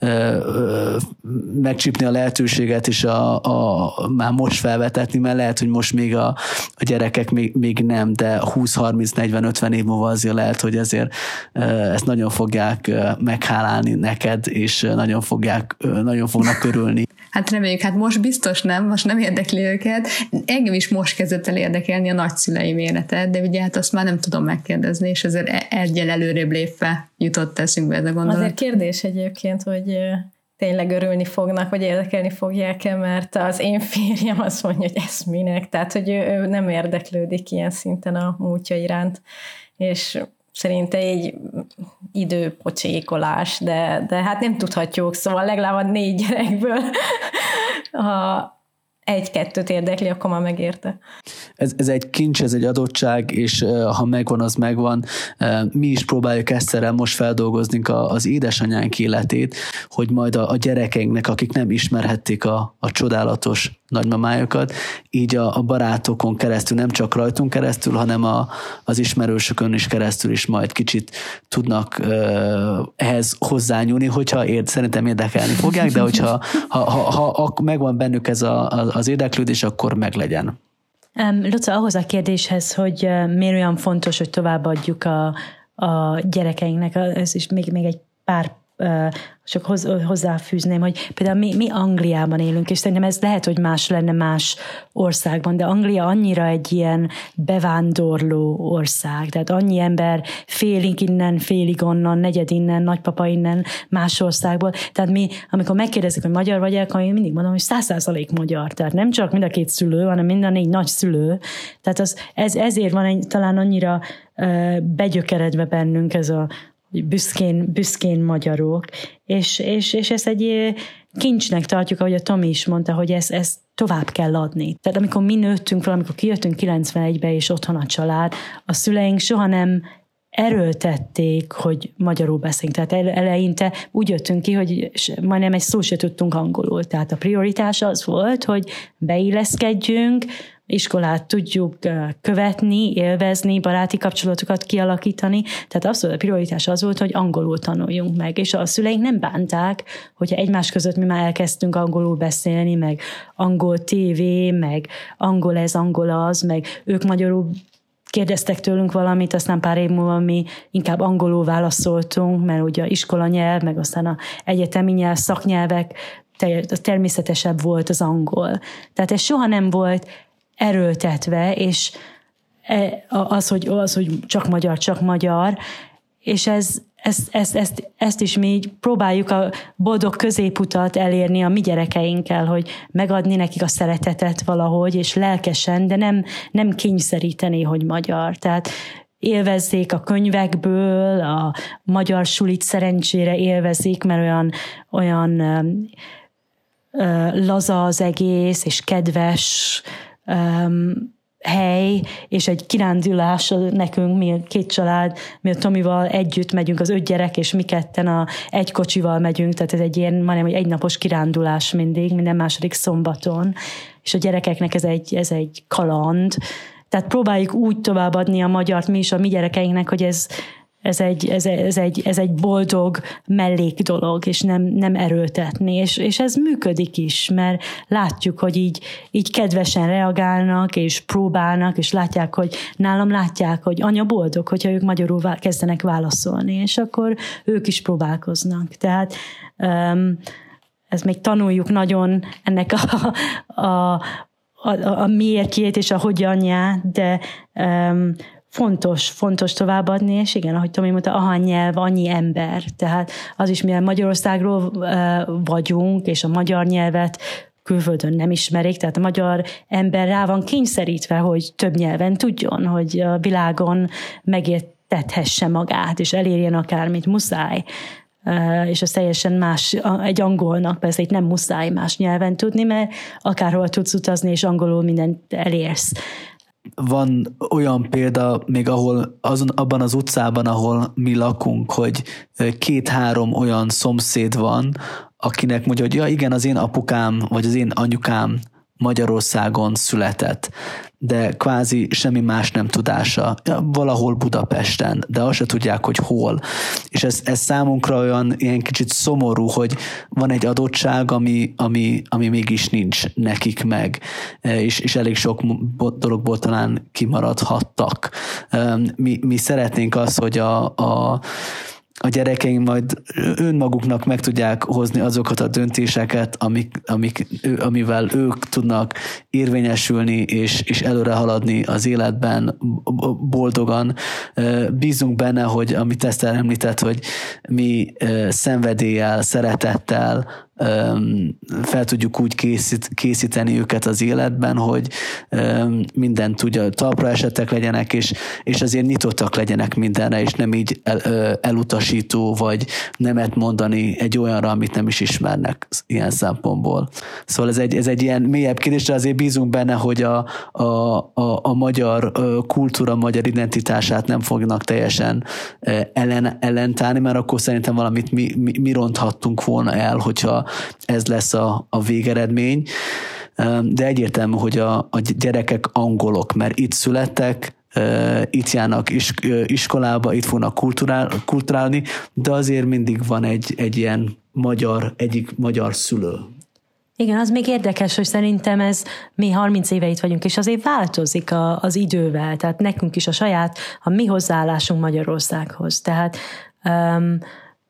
megcsinálni a lehetőséget is a, a, már most felvetetni, mert lehet, hogy most még a, a gyerekek még, még nem, de húsz, harminc, negyven, ötven év múlva azért lehet, hogy ezért ezt nagyon fogják meghálálni neked, és nagyon fogják, nagyon fognak örülni. Hát reméljük, hát most biztos nem, most nem érdekli őket. Engem is most kezdett el érdekelni a nagyszüleim élete, de ugye hát azt már nem tudom megkérdezni, és ezért egyel előrébb lépve jutott eszünkbe ez a gondolat. Azért kérdés egyébként, hogy tényleg örülni fognak, vagy érdekelni fogják-e, mert az én férjem azt mondja, hogy ez minek, tehát hogy ő, ő nem érdeklődik ilyen szinten a múltja iránt, és szerinte egy időpocsékolás, de, de hát nem tudhatjuk, szóval legalább a négy gyerekből, ha egy-kettőt érdekli, akkor már megérte. Ez, ez egy kincs, ez egy adottság, és uh, ha megvan, az megvan. Uh, mi is próbáljuk egyszerre most feldolgozni a, az édesanyánk életét, hogy majd a, a gyerekeinknek, akik nem ismerhették a, a csodálatos nagymamájukat, így a, a barátokon keresztül, nem csak rajtunk keresztül, hanem a, az ismerősökön is keresztül is majd kicsit tudnak uh, ehhez hozzányúlni, hogyha ér, szerintem érdekelni fogják, de hogyha ha, ha, ha, ha megvan bennük ez a, a, az érdeklődés, akkor meglegyen. Um, Luca, ahhoz a kérdéshez, hogy uh, miért olyan fontos, hogy továbbadjuk a, a gyerekeinknek, ez is még, még egy pár uh, csak hoz, hozzáfűzném, hogy például mi, mi Angliában élünk, és szerintem ez lehet, hogy más lenne más országban, de Anglia annyira egy ilyen bevándorló ország, tehát annyi ember félig innen, félig onnan, negyed innen, nagypapa innen, más országból, tehát mi, amikor megkérdezik, hogy magyar vagy, akkor én mindig mondom, hogy száz százalék magyar, tehát nem csak mind a két szülő, hanem mind a négy nagy szülő, tehát az, ez, ezért van egy, talán annyira uh, begyökeredve bennünk ez a büszkén, büszkén magyarok, és, és, és ezt egy kincsnek tartjuk, ahogy a Tomi is mondta, hogy ezt, ezt tovább kell adni. Tehát amikor mi nőttünk fel, amikor kijöttünk kilencvenegybe, és otthon a család, a szüleink soha nem erőltették, hogy magyarul beszélünk. Tehát eleinte úgy jöttünk ki, hogy majdnem egy szó se tudtunk angolul. Tehát a prioritás az volt, hogy beilleszkedjünk, iskolát tudjuk követni, élvezni, baráti kapcsolatokat kialakítani. Tehát abszolút a prioritás az volt, hogy angolul tanuljunk meg. És a szüleink nem bánták, hogyha egymás között mi már elkezdtünk angolul beszélni, meg angol tévé, meg angol ez, angol az, meg ők magyarul kérdeztek tőlünk valamit, aztán pár év múlva mi inkább angolul válaszoltunk, mert ugye a iskolanyelv, meg aztán a egyetemi nyelv, szaknyelvek, természetesebb volt az angol. Tehát ez soha nem volt erőltetve, és az, hogy, az, hogy csak magyar, csak magyar, és ez, ezt, ezt, ezt, ezt is mi próbáljuk a boldog középutat elérni a mi gyerekeinkkel, hogy megadni nekik a szeretetet valahogy, és lelkesen, de nem, nem kényszeríteni, hogy magyar. Tehát élvezzék a könyvekből, a magyar sulit szerencsére élvezik, mert olyan, olyan laza az egész, és kedves hely, és egy kirándulás nekünk, mi két család, mi a Tomival együtt megyünk, az öt gyerek, és mi ketten a, egy kocsival megyünk, tehát ez egy ilyen, majdnem, egy egynapos kirándulás mindig, minden második szombaton, és a gyerekeknek ez egy, ez egy kaland. Tehát próbáljuk úgy továbbadni a magyart mi is a mi gyerekeinknek, hogy ez, ez, egy, ez, ez, egy, ez egy boldog mellék dolog, és nem, nem erőltetni, és, és ez működik is, mert látjuk, hogy így, így kedvesen reagálnak, és próbálnak, és látják, hogy nálam látják, hogy anya boldog, hogyha ők magyarul kezdenek válaszolni, és akkor ők is próbálkoznak. Tehát um, ezt még tanuljuk nagyon ennek a, a, a, a miértjét és a hogyanját, de um, Fontos, fontos továbbadni, és igen, ahogy Tomi mondta, ahány nyelv, annyi ember. Tehát az is, mivel Magyarországról uh, vagyunk, és a magyar nyelvet külföldön nem ismerik, tehát a magyar ember rá van kényszerítve, hogy több nyelven tudjon, hogy a világon megértethesse magát, és elérjen akármit, muszáj. Uh, és az teljesen más, egy angolnak persze itt nem muszáj más nyelven tudni, mert akárhol tudsz utazni, és angolul mindent elérsz. Van olyan példa még ahol azon, abban az utcában, ahol mi lakunk, hogy két-három olyan szomszéd van, akinek mondja, hogy ja igen, az én apukám, vagy az én anyukám Magyarországon született, de kvázi semmi más nem tudása. Ja, valahol Budapesten, de azt se tudják, hogy hol. És ez, ez számunkra olyan ilyen kicsit szomorú, hogy van egy adottság, ami, ami, ami mégis nincs nekik meg, és, és elég sok dologból talán kimaradhattak. Mi, mi szeretnénk azt, hogy a, a a gyerekeink majd önmaguknak meg tudják hozni azokat a döntéseket, amik, amik, amivel ők tudnak érvényesülni és, és előre haladni az életben boldogan. Bízunk benne, hogy amit Eszter említett, hogy mi szenvedéllyel, szeretettel fel tudjuk úgy készít, készíteni őket az életben, hogy mindent tudja, talpra esettek legyenek, és, és azért nyitottak legyenek mindenre, és nem így el, elutasító, vagy nemet mondani egy olyanra, amit nem is ismernek ilyen szempontból. Szóval ez egy, ez egy ilyen mélyebb kérdés, de azért bízunk benne, hogy a, a, a, a magyar kultúra, a magyar identitását nem fognak teljesen ellen, ellentálni, mert akkor szerintem valamit mi, mi, mi ronthattunk volna el, hogyha ez lesz a, a végeredmény, de egyértelmű, hogy a, a gyerekek angolok, mert itt születtek, itt járnak is, iskolába, itt fognak kulturál, kulturálni, de azért mindig van egy, egy ilyen magyar, egyik magyar szülő. Igen, az még érdekes, hogy szerintem ez, mi harminc éve itt vagyunk, és azért változik a, az idővel, tehát nekünk is a saját, a mi hozzáállásunk Magyarországhoz. Tehát um,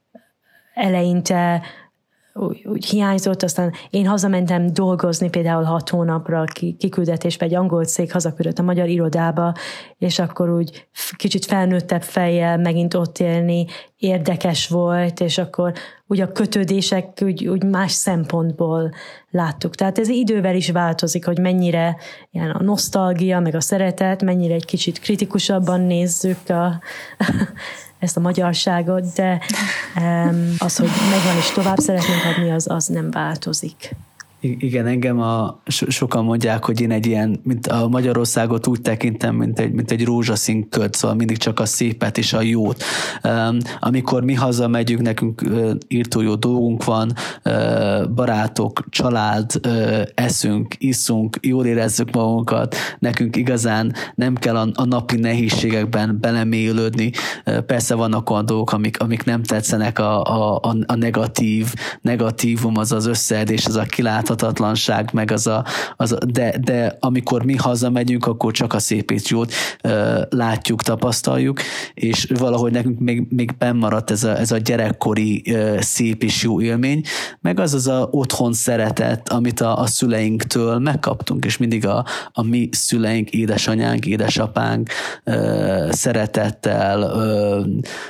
eleinte Úgy, úgy hiányzott, aztán én hazamentem dolgozni például hat hónapra kiküldetésbe, egy angol cég hazaküldött a magyar irodába, és akkor úgy kicsit felnőttebb fejjel megint ott élni érdekes volt, és akkor úgy a kötődések úgy, úgy más szempontból láttuk. Tehát ez idővel is változik, hogy mennyire ilyen a nosztalgia, meg a szeretet, mennyire egy kicsit kritikusabban nézzük a ezt a magyarságot, de um, az, hogy megvan és tovább szeretnénk adni, az, az nem változik. Igen, engem a, so, sokan mondják, hogy én egy ilyen, mint a Magyarországot úgy tekintem, mint egy, mint egy rózsaszín köd, szóval mindig csak a szépet és a jót. Um, amikor mi hazamegyünk, nekünk uh, írtó jó dolgunk van, uh, barátok, család, uh, eszünk, iszunk, jól érezzük magunkat, nekünk igazán nem kell a, a napi nehézségekben belemélyülődni. Uh, persze vannak olyan dolgok, amik, amik nem tetszenek, a, a, a negatív, negatívum, az az összeedés, az a kilát hatatlanság, meg az a, az a de, de amikor mi hazamegyünk, akkor csak a szép és jót uh, látjuk, tapasztaljuk, és valahogy nekünk még, még bennmaradt ez a, ez a gyerekkori uh, szép és jó élmény, meg az az a otthon szeretet, amit a, a szüleinktől megkaptunk, és mindig a, a mi szüleink, édesanyánk, édesapánk uh, szeretettel uh,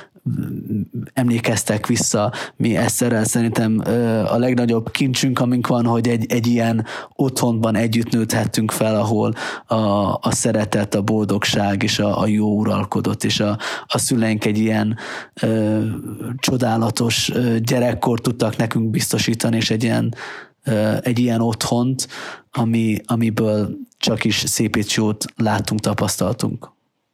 emlékeztek vissza. Mi Eszterrel szerintem a legnagyobb kincsünk, amink van, hogy egy, egy ilyen otthonban együtt nőthettünk fel, ahol a, a szeretet, a boldogság és a, a jó uralkodott, és a, a szüleink egy ilyen ö, csodálatos gyerekkort tudtak nekünk biztosítani, és egy ilyen egy ilyen otthont, ami, amiből csak is szép és jót láttunk, tapasztaltunk.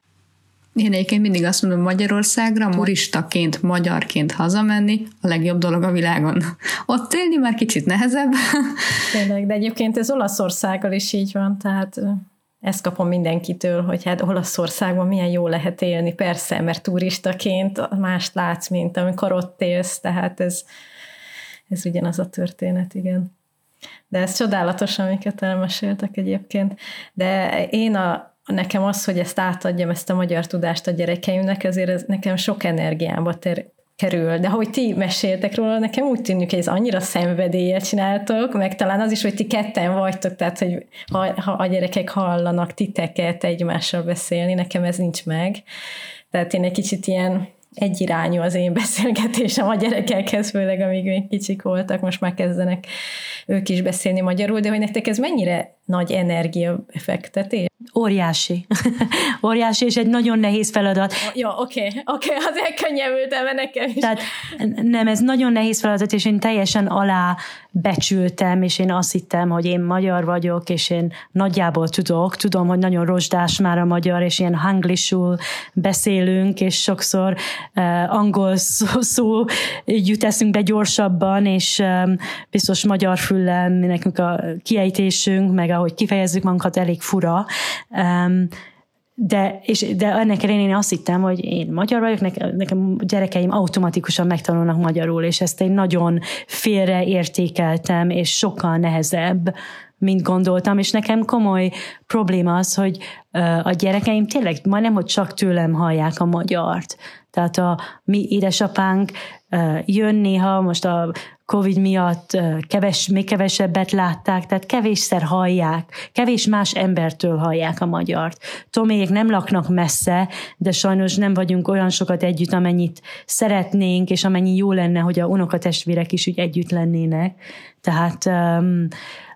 Én egyébként mindig azt mondom, Magyarországra turistaként, magyarként hazamenni a legjobb dolog a világon. Ott élni már kicsit nehezebb. Tényleg, de egyébként ez Olaszországgal is így van, tehát ezt kapom mindenkitől, hogy hát Olaszországban milyen jó lehet élni, persze, mert turistaként mást látsz, mint amikor ott élsz, tehát ez, ez ugyanaz a történet, igen. De ez csodálatos, amiket elmeséltek egyébként. De én a nekem az, hogy ezt átadjam, ezt a magyar tudást a gyerekeimnek, ezért ez nekem sok energiámba ter- kerül. De ahogy ti meséltek róla, nekem úgy tűnik, hogy ez annyira szenvedéllyel csináltok, meg talán az is, hogy ti ketten vagytok, tehát hogy ha, ha a gyerekek hallanak titeket egymással beszélni, nekem ez nincs meg. Tehát én egy kicsit ilyen egyirányú az én beszélgetésem a gyerekekhez, főleg amíg még kicsik voltak, most már kezdenek ők is beszélni magyarul, de hogy nektek ez mennyire nagy energiaeffektet? Óriási. Óriási, és egy nagyon nehéz feladat. Jó, oké, okay, oké, okay, az elkönnyebbültem, mert nekem is. Tehát nem, ez nagyon nehéz feladat, és én teljesen alá becsültem, és én azt hittem, hogy én magyar vagyok, és én nagyjából tudok, tudom, hogy nagyon rozsdás már a magyar, és ilyen hanglisul beszélünk, és sokszor uh, angol szó, szó jut eszünkbe gyorsabban, és um, biztos magyar füllel nekünk a kiejtésünk, meg ahogy kifejezzük magunkat, elég fura. Um, De, és, de ennek ellenére én azt hittem, hogy én magyar vagyok, nekem, nekem gyerekeim automatikusan megtanulnak magyarul, és ezt én nagyon félreértékeltem, és sokkal nehezebb, mint gondoltam, és nekem komoly probléma az, hogy a gyerekeim tényleg majdnem, hogy csak tőlem hallják a magyart. Tehát a mi édesapánk jön néha, most a Covid miatt keves, még kevesebbet látták, tehát kevésszer hallják, kevés más embertől hallják a magyart. Tomélyek nem laknak messze, de sajnos nem vagyunk olyan sokat együtt, amennyit szeretnénk, és amennyi jó lenne, hogy a unokatestvérek is úgy együtt lennének. Tehát um,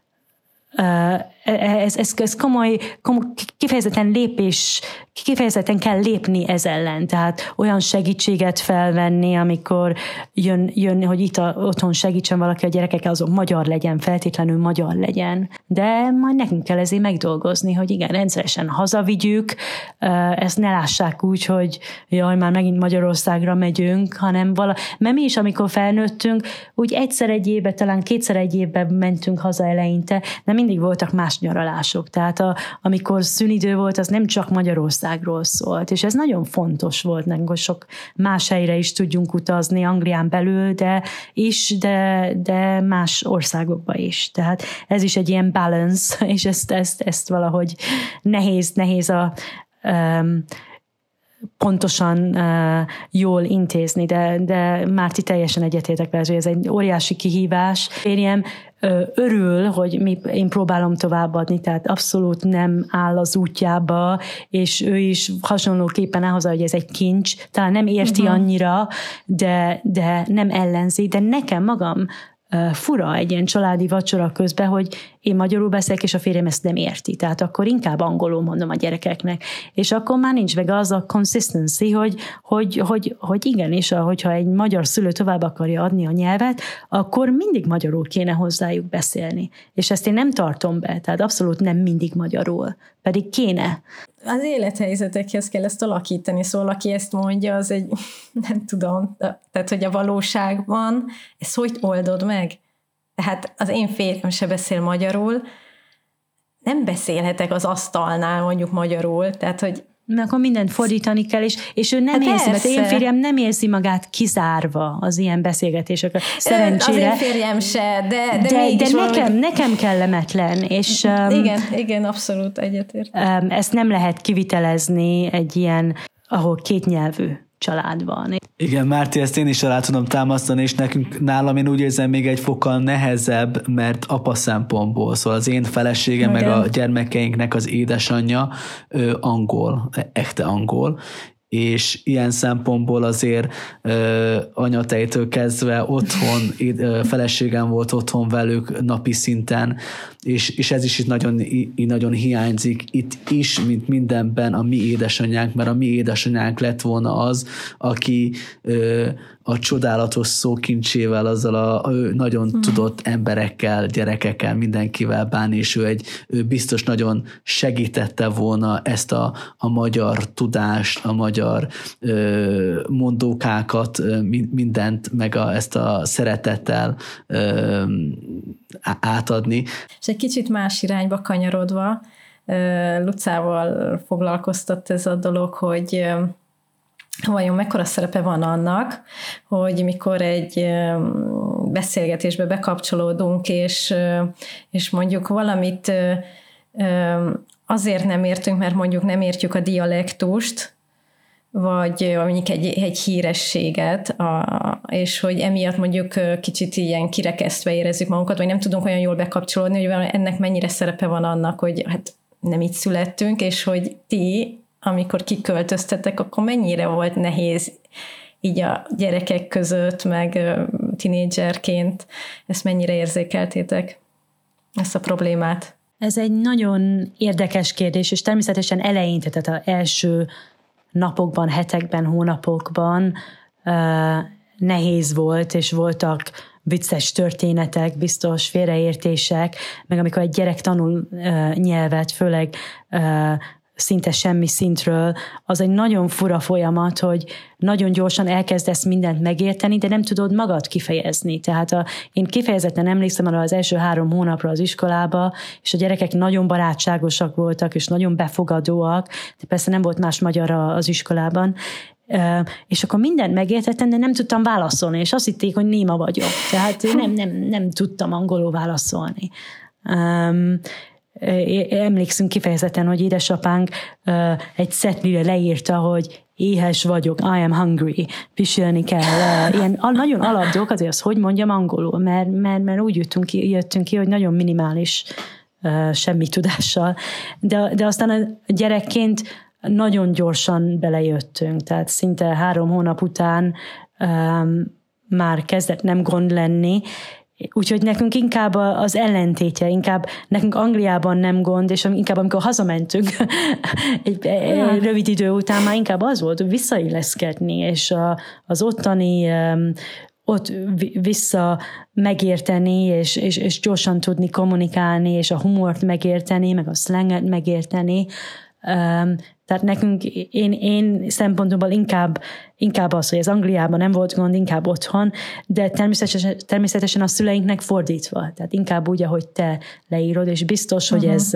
Ez, ez, ez komoly, komoly, kifejezetten lépés, kifejezetten kell lépni ez ellen, tehát olyan segítséget felvenni, amikor jön, jön hogy itt a, otthon segítsen valaki a gyerekekkel, azon magyar legyen, feltétlenül magyar legyen. De majd nekünk kell ezért megdolgozni, hogy igen, rendszeresen hazavigyük, ezt ne lássák úgy, hogy jaj, már megint Magyarországra megyünk, hanem vala, mert mi is, amikor felnőttünk, úgy egyszer egy évben, talán kétszer egy évben mentünk haza eleinte, de mindig voltak más nyaralások. Tehát a, amikor szünidő volt, az nem csak Magyarországról szólt, és ez nagyon fontos volt nekünk, hogy sok más helyre is tudjunk utazni, Anglián belül, de is, de, de más országokba is. Tehát ez is egy ilyen balance, és ezt, ezt, ezt valahogy nehéz, nehéz a um, pontosan uh, jól intézni, de, de Márti teljesen egyetértek vele, hogy ez egy óriási kihívás. Férjem uh, örül, hogy mi, én próbálom továbbadni, tehát abszolút nem áll az útjába, és ő is hasonlóképpen áll hozzá, hogy ez egy kincs, talán nem érti uh-huh. annyira, de, de nem ellenzi, de nekem magam uh, fura egy ilyen családi vacsora közben, hogy én magyarul beszélek, és a férjem ezt nem érti. Tehát akkor inkább angolul mondom a gyerekeknek. És akkor már nincs meg az a consistency, hogy, hogy, hogy, hogy igen, és hogyha egy magyar szülő tovább akarja adni a nyelvet, akkor mindig magyarul kéne hozzájuk beszélni. És ezt én nem tartom be, tehát abszolút nem mindig magyarul. Pedig kéne. Az élethelyzetekhez kell ezt alakítani, szóval aki ezt mondja, az egy, nem tudom, tehát hogy a valóságban ezt hogy oldod meg? Tehát az én férjem se beszél magyarul, nem beszélhetek az asztalnál mondjuk magyarul, tehát hogy mert akkor mindent fordítani kell, és, és ő nem hát érzi, mert én férjem nem érzi magát kizárva az ilyen beszélgetésekre. Szerencsére. Az én férjem se, de, de, de, de valahogy... nekem, nekem kellemetlen. És, um, igen, igen, abszolút egyetért. Um, ezt nem lehet kivitelezni egy ilyen, ahol kétnyelvű család van. Igen, Márti, ezt én is alá tudom támasztani, és nekünk nálam én úgy érzem még egy fokkal nehezebb, mert apa szempontból, szóval az én feleségem, meg a gyermekeinknek az édesanyja ő angol, echte angol, és ilyen szempontból azért ö, anyatejtől kezdve otthon, ö, feleségem volt otthon velük napi szinten, és, és ez is itt nagyon, í, nagyon hiányzik itt is, mint mindenben a mi édesanyánk, mert a mi édesanyánk lett volna az, aki ö, a csodálatos szókincsével, azzal a, a nagyon hmm. tudott emberekkel, gyerekekkel, mindenkivel bánni, és ő, egy, ő biztos nagyon segítette volna ezt a, a magyar tudást, a magyar ö, mondókákat, ö, mindent, meg a, ezt a szeretettel ö, átadni. És egy kicsit más irányba kanyarodva, Lucával foglalkoztat ez a dolog, hogy vajon mekkora szerepe van annak, hogy mikor egy beszélgetésbe bekapcsolódunk, és, és mondjuk valamit azért nem értünk, mert mondjuk nem értjük a dialektust, vagy mondjuk egy, egy hírességet, a, és hogy emiatt mondjuk kicsit ilyen kirekesztve érezzük magunkat, vagy nem tudunk olyan jól bekapcsolódni, hogy ennek mennyire szerepe van annak, hogy hát nem így születtünk, és hogy ti, amikor kiköltöztetek, akkor mennyire volt nehéz így a gyerekek között, meg tinédzserként, ezt mennyire érzékeltétek, ezt a problémát? Ez egy nagyon érdekes kérdés, és természetesen eleinte, tehát az első napokban, hetekben, hónapokban uh, nehéz volt, és voltak vicces történetek, biztos félreértések, meg amikor egy gyerek tanul uh, nyelvet, főleg uh, szinte semmi szintről, az egy nagyon fura folyamat, hogy nagyon gyorsan elkezdesz mindent megérteni, de nem tudod magad kifejezni. Tehát a, én kifejezetten emlékszem arra az első három hónapra az iskolába, és a gyerekek nagyon barátságosak voltak, és nagyon befogadóak, de persze nem volt más magyar az iskolában, Uh, és akkor mindent megértettem, de nem tudtam válaszolni, és azt hitték, hogy néma vagyok. Tehát nem, nem, nem tudtam angolul válaszolni. Um, Emlékszünk kifejezetten, hogy édesapánk uh, egy szetlire leírta, hogy éhes vagyok, I am hungry, pisilni kell. Uh, ilyen a, nagyon alap dolog, azért azt hogy mondjam angolul, mert, mert, mert úgy jöttünk ki, jöttünk ki, hogy nagyon minimális uh, semmi tudással. De, de aztán a gyerekként nagyon gyorsan belejöttünk, tehát szinte három hónap után um, már kezdett nem gond lenni, úgyhogy nekünk inkább az ellentétje, inkább nekünk Angliában nem gond, és inkább amikor hazamentünk egy, egy rövid idő után már inkább az volt, hogy visszailleszkedni, és a, az ottani um, ott vissza megérteni, és, és, és gyorsan tudni kommunikálni, és a humort megérteni, meg a slanget megérteni. Um, tehát nekünk, én, én szempontomból inkább, inkább az, hogy az Angliában nem volt gond, inkább otthon, de természetesen, természetesen a szüleinknek fordítva. Tehát inkább úgy, ahogy te leírod, és biztos, hogy uh-huh. ez,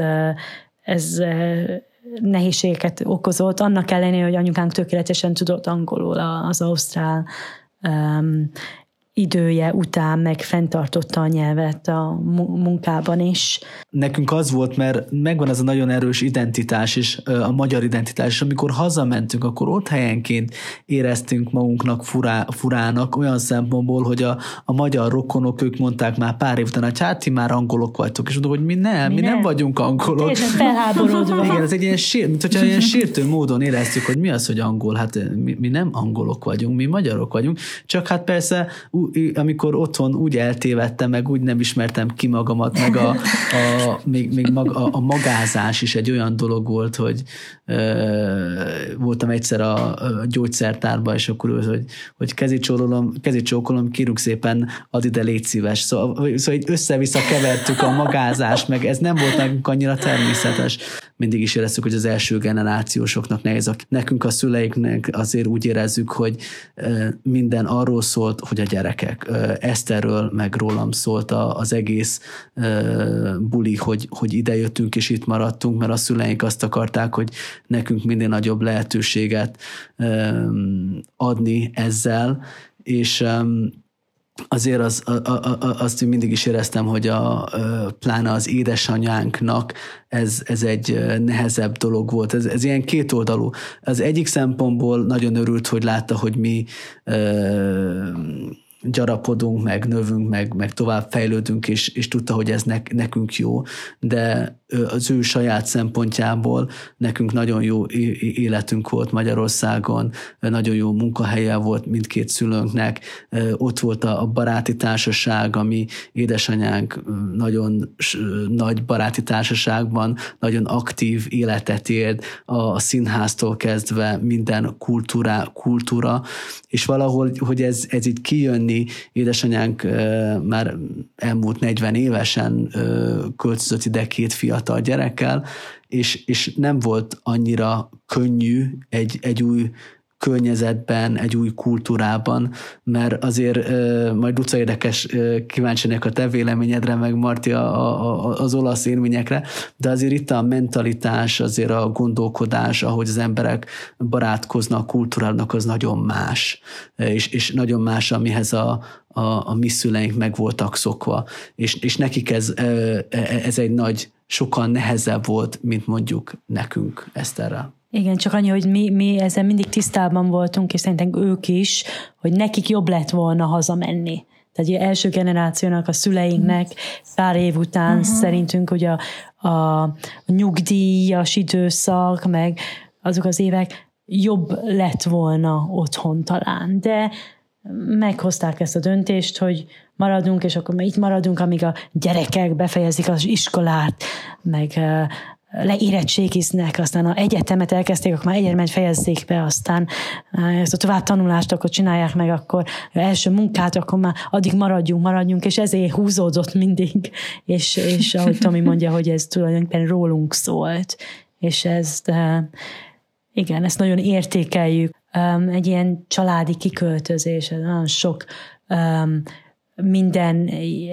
ez nehézségeket okozott, annak ellenére, hogy anyukánk tökéletesen tudott angolul az ausztrál um, idője után meg fenntartotta a nyelvet a munkában is. Nekünk az volt, mert megvan ez a nagyon erős identitás is, a magyar identitás, és amikor hazamentünk, akkor ott helyenként éreztünk magunknak furá, furának, olyan szempontból, hogy a, a magyar rokonok, ők mondták már pár év után, hogy hát ti már angolok vagytok, és mondok, hogy mi nem, mi, mi nem. nem vagyunk angolok. Teljesen felháborodva. Igen, ez egy ilyen sír, mint hogyha ilyen sírtő módon éreztük, hogy mi az, hogy angol, hát mi, mi nem angolok vagyunk, mi magyarok vagyunk, csak hát persze amikor otthon úgy eltévedtem, meg úgy nem ismertem ki magamat, meg a, a, még, még mag, a, a magázás is egy olyan dolog volt, hogy ö, voltam egyszer a, a gyógyszertárban, és akkor ő, hogy, hogy kezicsókolom, kezicsókolom, kérünk szépen, add ide, légy szíves. Szóval, szóval így össze-vissza kevertük a magázást, meg ez nem volt nekünk annyira természetes. Mindig is éreztük, hogy az első generációsoknak nehéz. Nekünk a szüleiknek azért úgy érezzük, hogy minden arról szólt, hogy a gyerekek. Eszterről, meg rólam szólt az egész buli, hogy, hogy ide jöttünk és itt maradtunk, mert a szüleink azt akarták, hogy nekünk minél nagyobb lehetőséget adni ezzel, és azért az, a, a, azt mindig is éreztem, hogy a, pláne az édesanyánknak ez, ez egy nehezebb dolog volt. Ez, ez ilyen kétoldalú. Az egyik szempontból nagyon örült, hogy látta, hogy mi gyarapodunk, meg növünk, meg, meg tovább fejlődünk, és, és tudta, hogy ez ne, nekünk jó, de az ő saját szempontjából nekünk nagyon jó életünk volt Magyarországon, nagyon jó munkahelye volt mindkét szülőnknek, ott volt a baráti társaság, ami édesanyánk nagyon nagy baráti társaságban nagyon aktív életet élt, a színháztól kezdve minden kultúra, kultúra, és valahol, hogy ez, ez így kijönni, édesanyánk már elmúlt negyven évesen költözött ide két fiatal gyerekkel, és, és nem volt annyira könnyű egy, egy új környezetben, egy új kultúrában, mert azért majd Luca érdekes, kíváncsiak a te véleményedre, meg Marti a, a, az olasz élményekre, de azért itt a mentalitás, azért a gondolkodás, ahogy az emberek barátkoznak a kultúrának, az nagyon más, és, és nagyon más, amihez a, a, a mi szüleink meg voltak szokva, és, és nekik ez, ez egy nagy, sokkal nehezebb volt, mint mondjuk nekünk, Eszterrel. Igen, csak annyi, hogy mi, mi ezzel mindig tisztában voltunk, és szerintem ők is, hogy nekik jobb lett volna hazamenni. Tehát az első generációnak, a szüleinknek pár év után uh-huh. szerintünk, hogy a, a nyugdíjas időszak, meg azok az évek jobb lett volna otthon talán. De meghozták ezt a döntést, hogy maradunk, és akkor itt maradunk, amíg a gyerekek befejezik az iskolát, meg leérettségiznek, aztán az egyetemet elkezdték, akkor már egyetemet fejezzék be, aztán ezt a tovább tanulást akkor csinálják meg, akkor első munkát, akkor már addig maradjunk, maradjunk, és ezért húzódott mindig, és, és ahogy Tomi mondja, hogy ez tulajdonképpen rólunk szólt, és ez, de, igen, ezt nagyon értékeljük. Egy ilyen családi kiköltözés, nagyon sok minden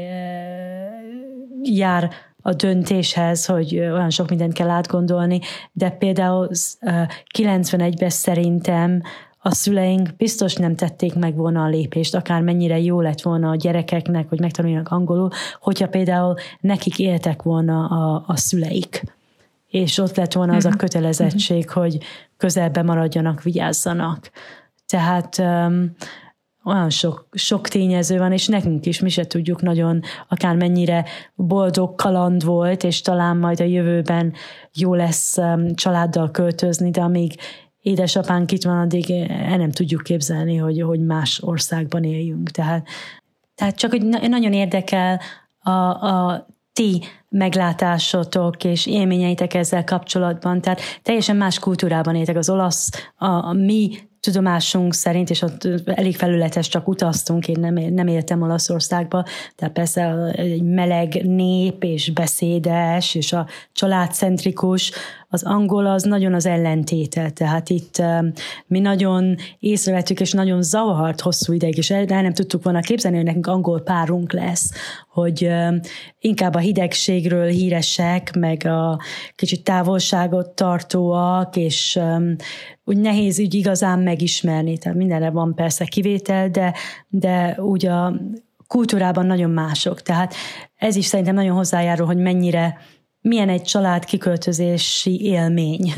jár a döntéshez, hogy olyan sok mindent kell átgondolni, de például kilencvenegyben szerintem a szüleink biztos nem tették meg volna a lépést, akár mennyire jó lett volna a gyerekeknek, hogy megtanuljanak angolul, hogyha például nekik éltek volna a, a szüleik. És ott lett volna az a kötelezettség, hogy közelben maradjanak, vigyázzanak. Tehát um, olyan sok, sok tényező van, és nekünk is, mi se tudjuk nagyon, akár mennyire boldog kaland volt, és talán majd a jövőben jó lesz um, családdal költözni, de amíg édesapánk itt van, addig el nem tudjuk képzelni, hogy, hogy más országban éljünk. Tehát, tehát csak hogy nagyon érdekel a, a ti meglátásotok és élményeitek ezzel kapcsolatban. Tehát teljesen más kultúrában éltek az olasz, a, a mi tudomásunk szerint, és ott elég felületes, csak utaztunk, én nem, nem éltem Olaszországba, tehát persze egy meleg nép, és beszédes, és a családcentrikus, az angol az nagyon az ellentéte, tehát itt mi nagyon észrevettük, és nagyon zavart hosszú ideig, és el nem tudtuk volna képzelni, hogy nekünk angol párunk lesz, hogy inkább a hidegségről híresek, meg a kicsit távolságot tartóak, és úgy nehéz úgy igazán megismerni, tehát mindenre van persze kivétel, de, de úgy a kultúrában nagyon mások, tehát ez is szerintem nagyon hozzájárul, hogy mennyire milyen egy család kiköltözési élmény,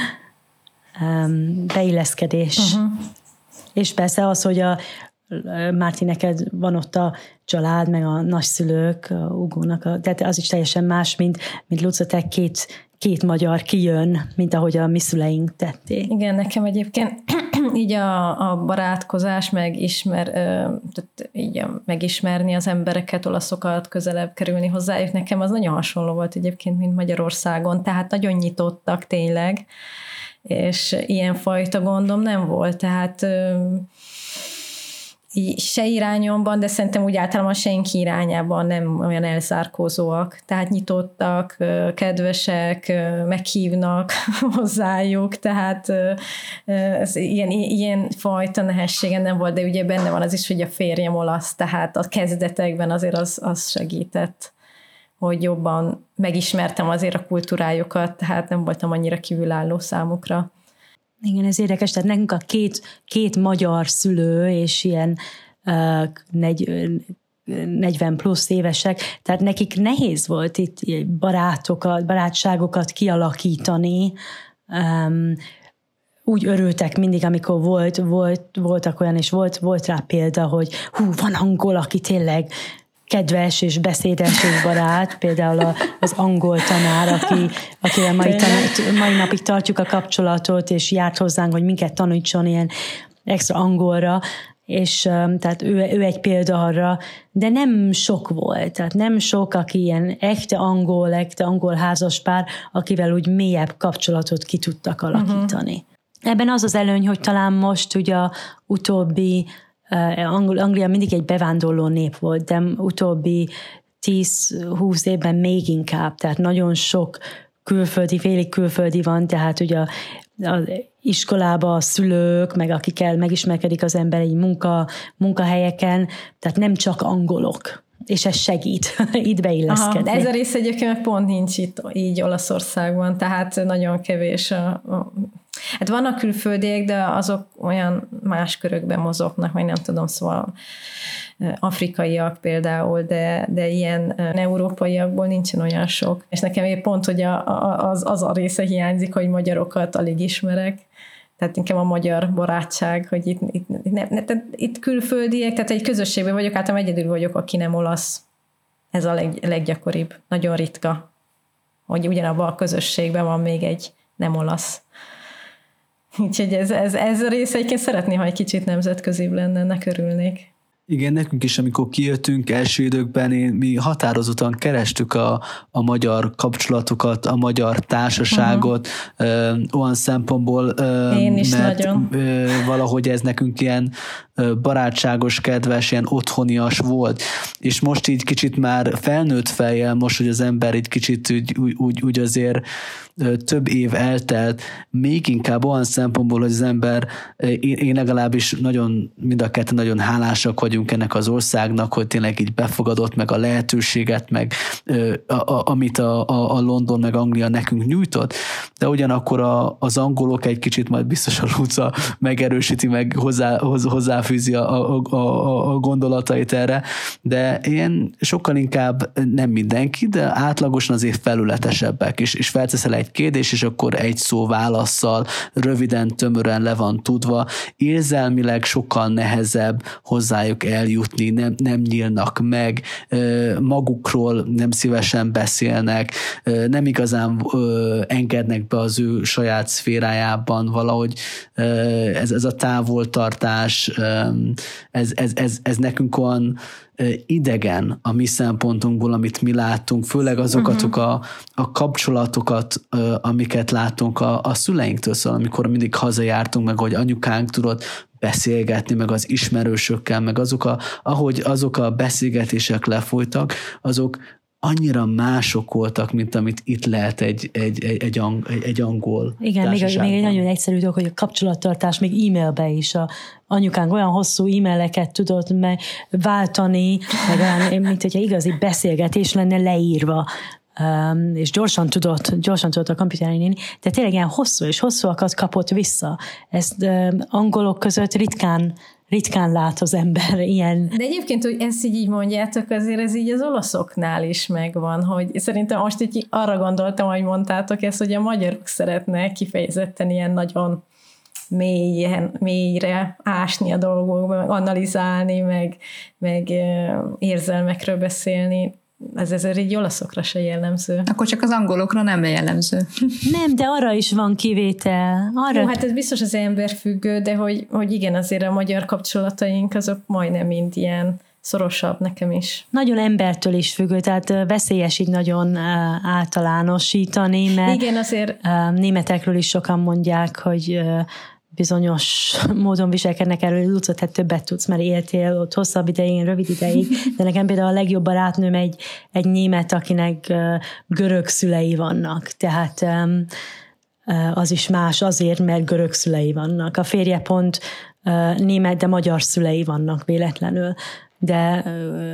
beilleszkedés. Uh-huh. És persze az, hogy a Márti, neked van ott a család, meg a nagyszülők, a Ugónak, a, tehát az is teljesen más, mint, mint Luca, te két, két magyar kijön, mint ahogy a mi szüleink tették. Igen, nekem egyébként így a, a barátkozás, meg ismer, tehát így a, megismerni az embereket, olaszokat, közelebb kerülni hozzájuk, nekem az nagyon hasonló volt egyébként, mint Magyarországon, tehát nagyon nyitottak tényleg, és ilyenfajta gondom nem volt, tehát se irányomban, de szerintem úgy általában senki irányában nem olyan elzárkózóak. Tehát nyitottak, kedvesek, meghívnak hozzájuk, tehát ez ilyen, ilyen fajta nehézségen nem volt, de ugye benne van az is, hogy a férjem olasz, tehát a kezdetekben azért az, az segített, hogy jobban megismertem azért a kultúrájukat, tehát nem voltam annyira kívülálló számukra. Igen, ez érdekes, tehát nekünk a két, két magyar szülő, és ilyen uh, negy, negyven plusz évesek, tehát nekik nehéz volt itt barátokat, barátságokat kialakítani, um, úgy örültek mindig, amikor volt, volt, voltak olyan, és volt, volt rá példa, hogy hú, van angol, aki tényleg kedves és beszédes és barát, például az angol tanár, aki, akivel mai, tanár, mai napig tartjuk a kapcsolatot, és járt hozzánk, hogy minket tanítson ilyen extra angolra, és tehát ő, ő egy példa arra, de nem sok volt, tehát nem sok, aki ilyen echte angol, echte angol házaspár, akivel úgy mélyebb kapcsolatot ki tudtak alakítani. Uh-huh. Ebben az az előny, hogy talán most ugye a utóbbi, uh, Anglia mindig egy bevándorló nép volt, de utóbbi tíz-húsz évben még inkább, tehát nagyon sok külföldi, félig külföldi van, tehát ugye a, az iskolába a szülők, meg akikkel megismerkedik az ember egy munka, munkahelyeken, tehát nem csak angolok, és ez segít itt beilleszkedni. Aha, de ez a rész egyébként pont nincs itt így Olaszországban, tehát nagyon kevés. A, a, hát vannak külföldiek, de azok olyan más körökben mozognak, meg nem tudom, szóval afrikaiak például, de, de ilyen európaiakból nincsen olyan sok. És nekem épp pont, hogy a, a, az, az a része hiányzik, hogy magyarokat alig ismerek. Tehát inkább a magyar barátság, hogy itt, itt, ne, ne, itt külföldiek, tehát egy közösségben vagyok, általában egyedül vagyok, aki nem olasz. Ez a leg, leggyakoribb. Nagyon ritka, hogy ugyanabban a közösségben van még egy nem olasz. Úgyhogy ez, ez, ez a része egyébként szeretné, ha egy kicsit nemzetközibb lenne, ennek örülnék. Igen, nekünk is, amikor kijöttünk első időkben, én, mi határozottan kerestük a, a magyar kapcsolatokat, a magyar társaságot, uh-huh. ö, olyan szempontból, ö, én is mert nagyon. Ö, valahogy ez nekünk ilyen ö, barátságos, kedves, ilyen otthonias volt. És most így kicsit már felnőtt fejjel, most, hogy az ember így kicsit úgy, úgy, úgy azért ö, több év eltelt, még inkább olyan szempontból, hogy az ember, én, én legalábbis nagyon, mind a ketten nagyon hálásak vagyunk ennek az országnak, hogy tényleg így befogadott, meg a lehetőséget, meg ö, a, a, amit a, a, a London meg Anglia nekünk nyújtott, de ugyanakkor a, az angolok egy kicsit majd biztos a Luca megerősíti, meg hozzá, hoz, hozzáfűzi a, a, a, a gondolatait erre, de én sokkal inkább nem mindenki, de átlagosan azért felületesebbek, és, és felteszel egy kérdés, és akkor egy szó válasszal, röviden, tömören le van tudva, érzelmileg sokkal nehezebb hozzájuk eljutni, nem, nem nyílnak meg, magukról nem szívesen beszélnek, nem igazán engednek be az ő saját szférájában, valahogy ez, ez a távoltartás, ez, ez, ez, ez nekünk olyan idegen a mi szempontunkból, amit mi láttunk, főleg azokat uh-huh. a, a kapcsolatokat, amiket látunk a, a szüleinktől, szóval amikor mindig hazajártunk, meg hogy anyukánk tudott beszélgetni, meg az ismerősökkel, meg azok a, ahogy azok a beszélgetések lefolytak, azok annyira mások voltak, mint amit itt lehet egy, egy, egy, egy, ang, egy angol igen, még, még egy nagyon egyszerű dolog, hogy a kapcsolattartás még e-mailbe is. A anyukánk olyan hosszú e-maileket tudott váltani, meg olyan, mint hogyha igazi beszélgetés lenne leírva. Um, és gyorsan tudott, gyorsan tudott a komputeren írni, de tényleg ilyen hosszú és hosszúakat kapott vissza. Ezt um, angolok között ritkán ritkán lát az ember ilyen. De egyébként, hogy ezt így, így mondjátok, azért ez így az olaszoknál is megvan, hogy szerintem most így arra gondoltam, hogy mondtátok ezt, hogy a magyarok szeretnek kifejezetten ilyen nagyon mélyen, mélyre ásni a dolgokba, meg analizálni, meg, meg érzelmekről beszélni. Ez ezért így olaszokra se jellemző. Akkor csak az angolokra nem jellemző. Nem, de arra is van kivétel. Arra... Jó, hát ez biztos az emberfüggő, de hogy, hogy igen, azért a magyar kapcsolataink azok majdnem mind ilyen szorosabb nekem is. Nagyon embertől is függő, tehát veszélyes így nagyon általánosítani, mert igen, azért... németekről is sokan mondják, hogy bizonyos módon viselkednek erről, Luca, te többet tudsz, mert éltél ott hosszabb ideig, rövid ideig, de nekem például a legjobb barátnőm egy, egy német, akinek görög szülei vannak, tehát az is más azért, mert görög szülei vannak. A férje pont német, de magyar szülei vannak véletlenül, de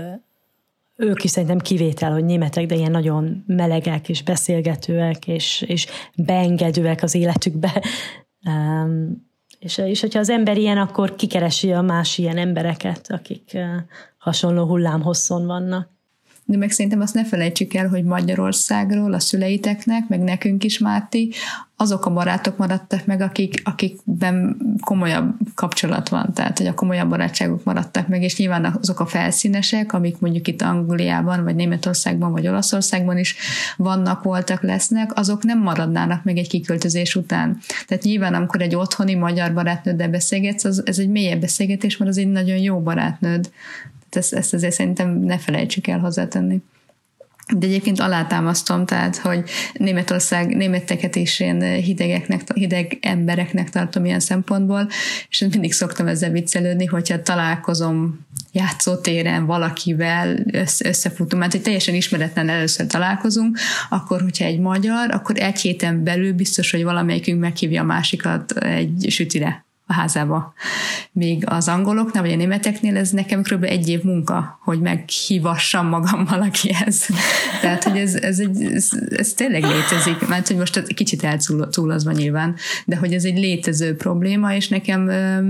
ők is szerintem kivétel, hogy németek, de ilyen nagyon melegek és beszélgetőek, és, és beengedőek az életükbe. Um, és, és hogyha az ember ilyen, akkor kikeresi a más ilyen embereket, akik uh, hasonló hullámhosszon vannak. de meg szerintem azt ne felejtsük el, hogy Magyarországról a szüleiteknek, meg nekünk is, Márti, azok a barátok maradtak meg, akik, akikben komolyabb kapcsolat van, tehát hogy a komolyabb barátságok maradtak meg, és nyilván azok a felszínesek, amik mondjuk itt Angliában, vagy Németországban, vagy Olaszországban is vannak, voltak, lesznek, azok nem maradnának meg egy kiköltözés után. Tehát nyilván, amikor egy otthoni magyar barátnőddel beszélgetsz, az, ez egy mélyebb beszélgetés, mert az egy nagyon jó barátnőd. Tehát ezt, ezt azért szerintem ne felejtsük el hozzátenni. De egyébként alátámasztom, tehát, hogy Németország, németeket is én hidegeknek, hideg embereknek tartom ilyen szempontból, és mindig szoktam ezzel viccelődni, hogyha találkozom játszótéren valakivel, össze, összefutunk, mert hogy teljesen ismeretlen először találkozunk, akkor, hogyha egy magyar, akkor egy héten belül biztos, hogy valamelyikünk meghívja a másikat egy sütire a házába. Még az angoloknál, vagy a németeknél ez nekem kb. Egy év munka, hogy meghívassam magam valakihez. Tehát, hogy ez, ez, egy, ez, ez tényleg létezik, mert hogy most kicsit eltúlozva nyilván, de hogy ez egy létező probléma, és nekem,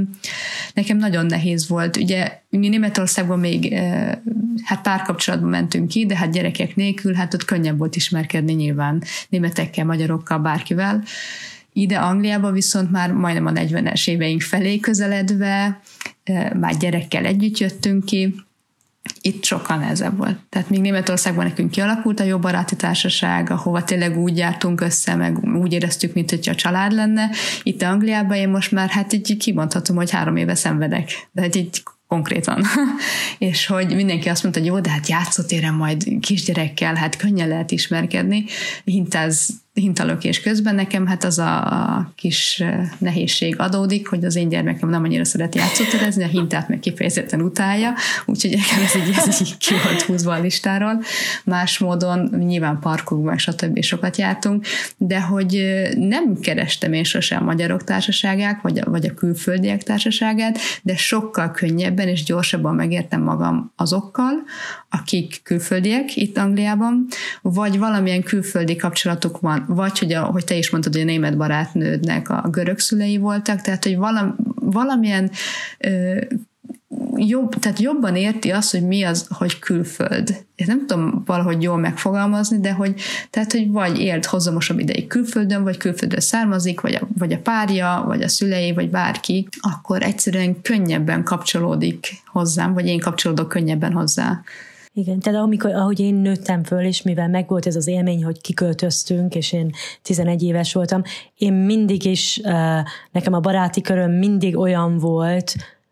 nekem nagyon nehéz volt. Ugye mi Németországban még hát párkapcsolatban mentünk ki, de hát gyerekek nélkül, hát ott könnyebb volt ismerkedni nyilván németekkel, magyarokkal, bárkivel. Ide Angliában viszont már majdnem a negyvenes éveink felé közeledve, már gyerekkel együtt jöttünk ki, itt sokkal nehezebb volt. Tehát még Németországban nekünk kialakult a jó baráti társaság, ahova tényleg úgy jártunk össze, meg úgy éreztük, mint hogyha a család lenne. Itt Angliában én most már hát így kimondhatom, hogy három éve szenvedek. De hát így konkrétan. És hogy mindenki azt mondta, hogy jó, de hát játszótéren majd kisgyerekkel, hát könnyen lehet ismerkedni. Hintáz hintalökés közben nekem hát az a kis nehézség adódik, hogy az én gyermekem nem annyira szeret játszóterezni, a hintát meg kifejezetten utálja, úgyhogy ez így, ez így ki volt húzva a listáról. Más módon nyilván parkokban, stb. Sokat jártunk, de hogy nem kerestem én sosem a magyarok társaságát, vagy a, vagy a külföldiek társaságát, de sokkal könnyebben és gyorsabban megértem magam azokkal, akik külföldiek itt Angliában, vagy valamilyen külföldi kapcsolatuk van, vagy hogy, a, hogy te is mondtad, hogy a német barátnődnek a görög szülei voltak, tehát hogy valam, valamilyen ö, jobb, tehát jobban érti azt, hogy mi az, hogy külföld. Én nem tudom valahogy jól megfogalmazni, de hogy, tehát, hogy vagy élt hozamosabb ideig külföldön, vagy külföldről származik, vagy a, vagy a párja, vagy a szülei, vagy bárki, akkor egyszerűen könnyebben kapcsolódik hozzám, vagy én kapcsolódok könnyebben hozzá. Igen, tehát amikor, ahogy én nőttem föl, és mivel megvolt ez az élmény, hogy kiköltöztünk, és én tizenegy éves voltam, én mindig is, nekem a baráti köröm mindig olyan volt,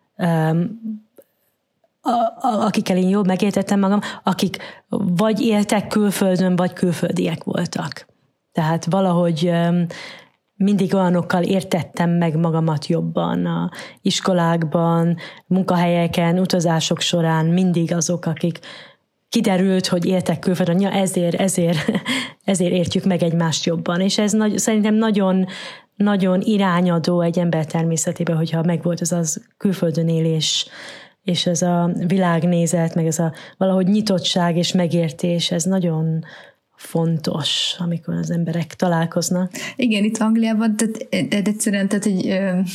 akikkel én jól megértettem magam, akik vagy éltek külföldön, vagy külföldiek voltak. Tehát valahogy mindig olyanokkal értettem meg magamat jobban a iskolákban, munkahelyeken, utazások során, mindig azok, akik kiderült, hogy éltek külföldön, ja, ezért, ezért, ezért értjük meg egymást jobban. És ez nagy, szerintem nagyon, nagyon irányadó egy ember természetében, hogyha megvolt az az külföldön élés, és ez a világnézet, meg ez a valahogy nyitottság és megértés, ez nagyon fontos, amikor az emberek találkoznak. Igen, itt Angliában, tehát, de egyszerűen tehát egy,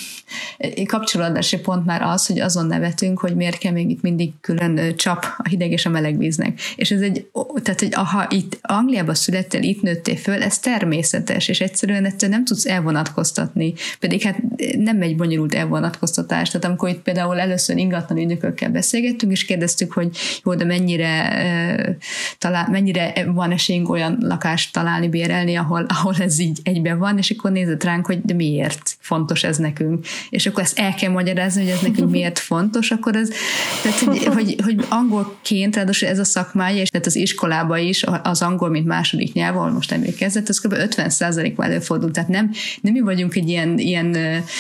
egy kapcsolódási pont már az, hogy azon nevetünk, hogy miért kell még itt mindig külön csap a hideg és a meleg víznek. És ez egy, tehát hogy ha itt Angliában születtél, itt nőttél föl, ez természetes, és egyszerűen ettől nem tudsz elvonatkoztatni. Pedig hát nem egy bonyolult elvonatkoztatás. Tehát amikor itt például először ingatlan ügynökökkel beszélgettünk, és kérdeztük, hogy jó, de mennyire, talál, mennyire van esélyünk olyan lakást találni, bérelni, ahol, ahol ez így egyben van, és akkor nézett ránk, hogy de miért fontos ez nekünk. És akkor ezt el kell magyarázni, hogy ez nekünk miért fontos, akkor ez, tehát, hogy, hogy, hogy angolként, ráadásul ez a szakmája, és tehát az iskolában is az angol, mint második nyelv, ahol most emlékezett, az kb. ötven százalékban előfordul. Tehát nem, nem mi vagyunk egy ilyen, ilyen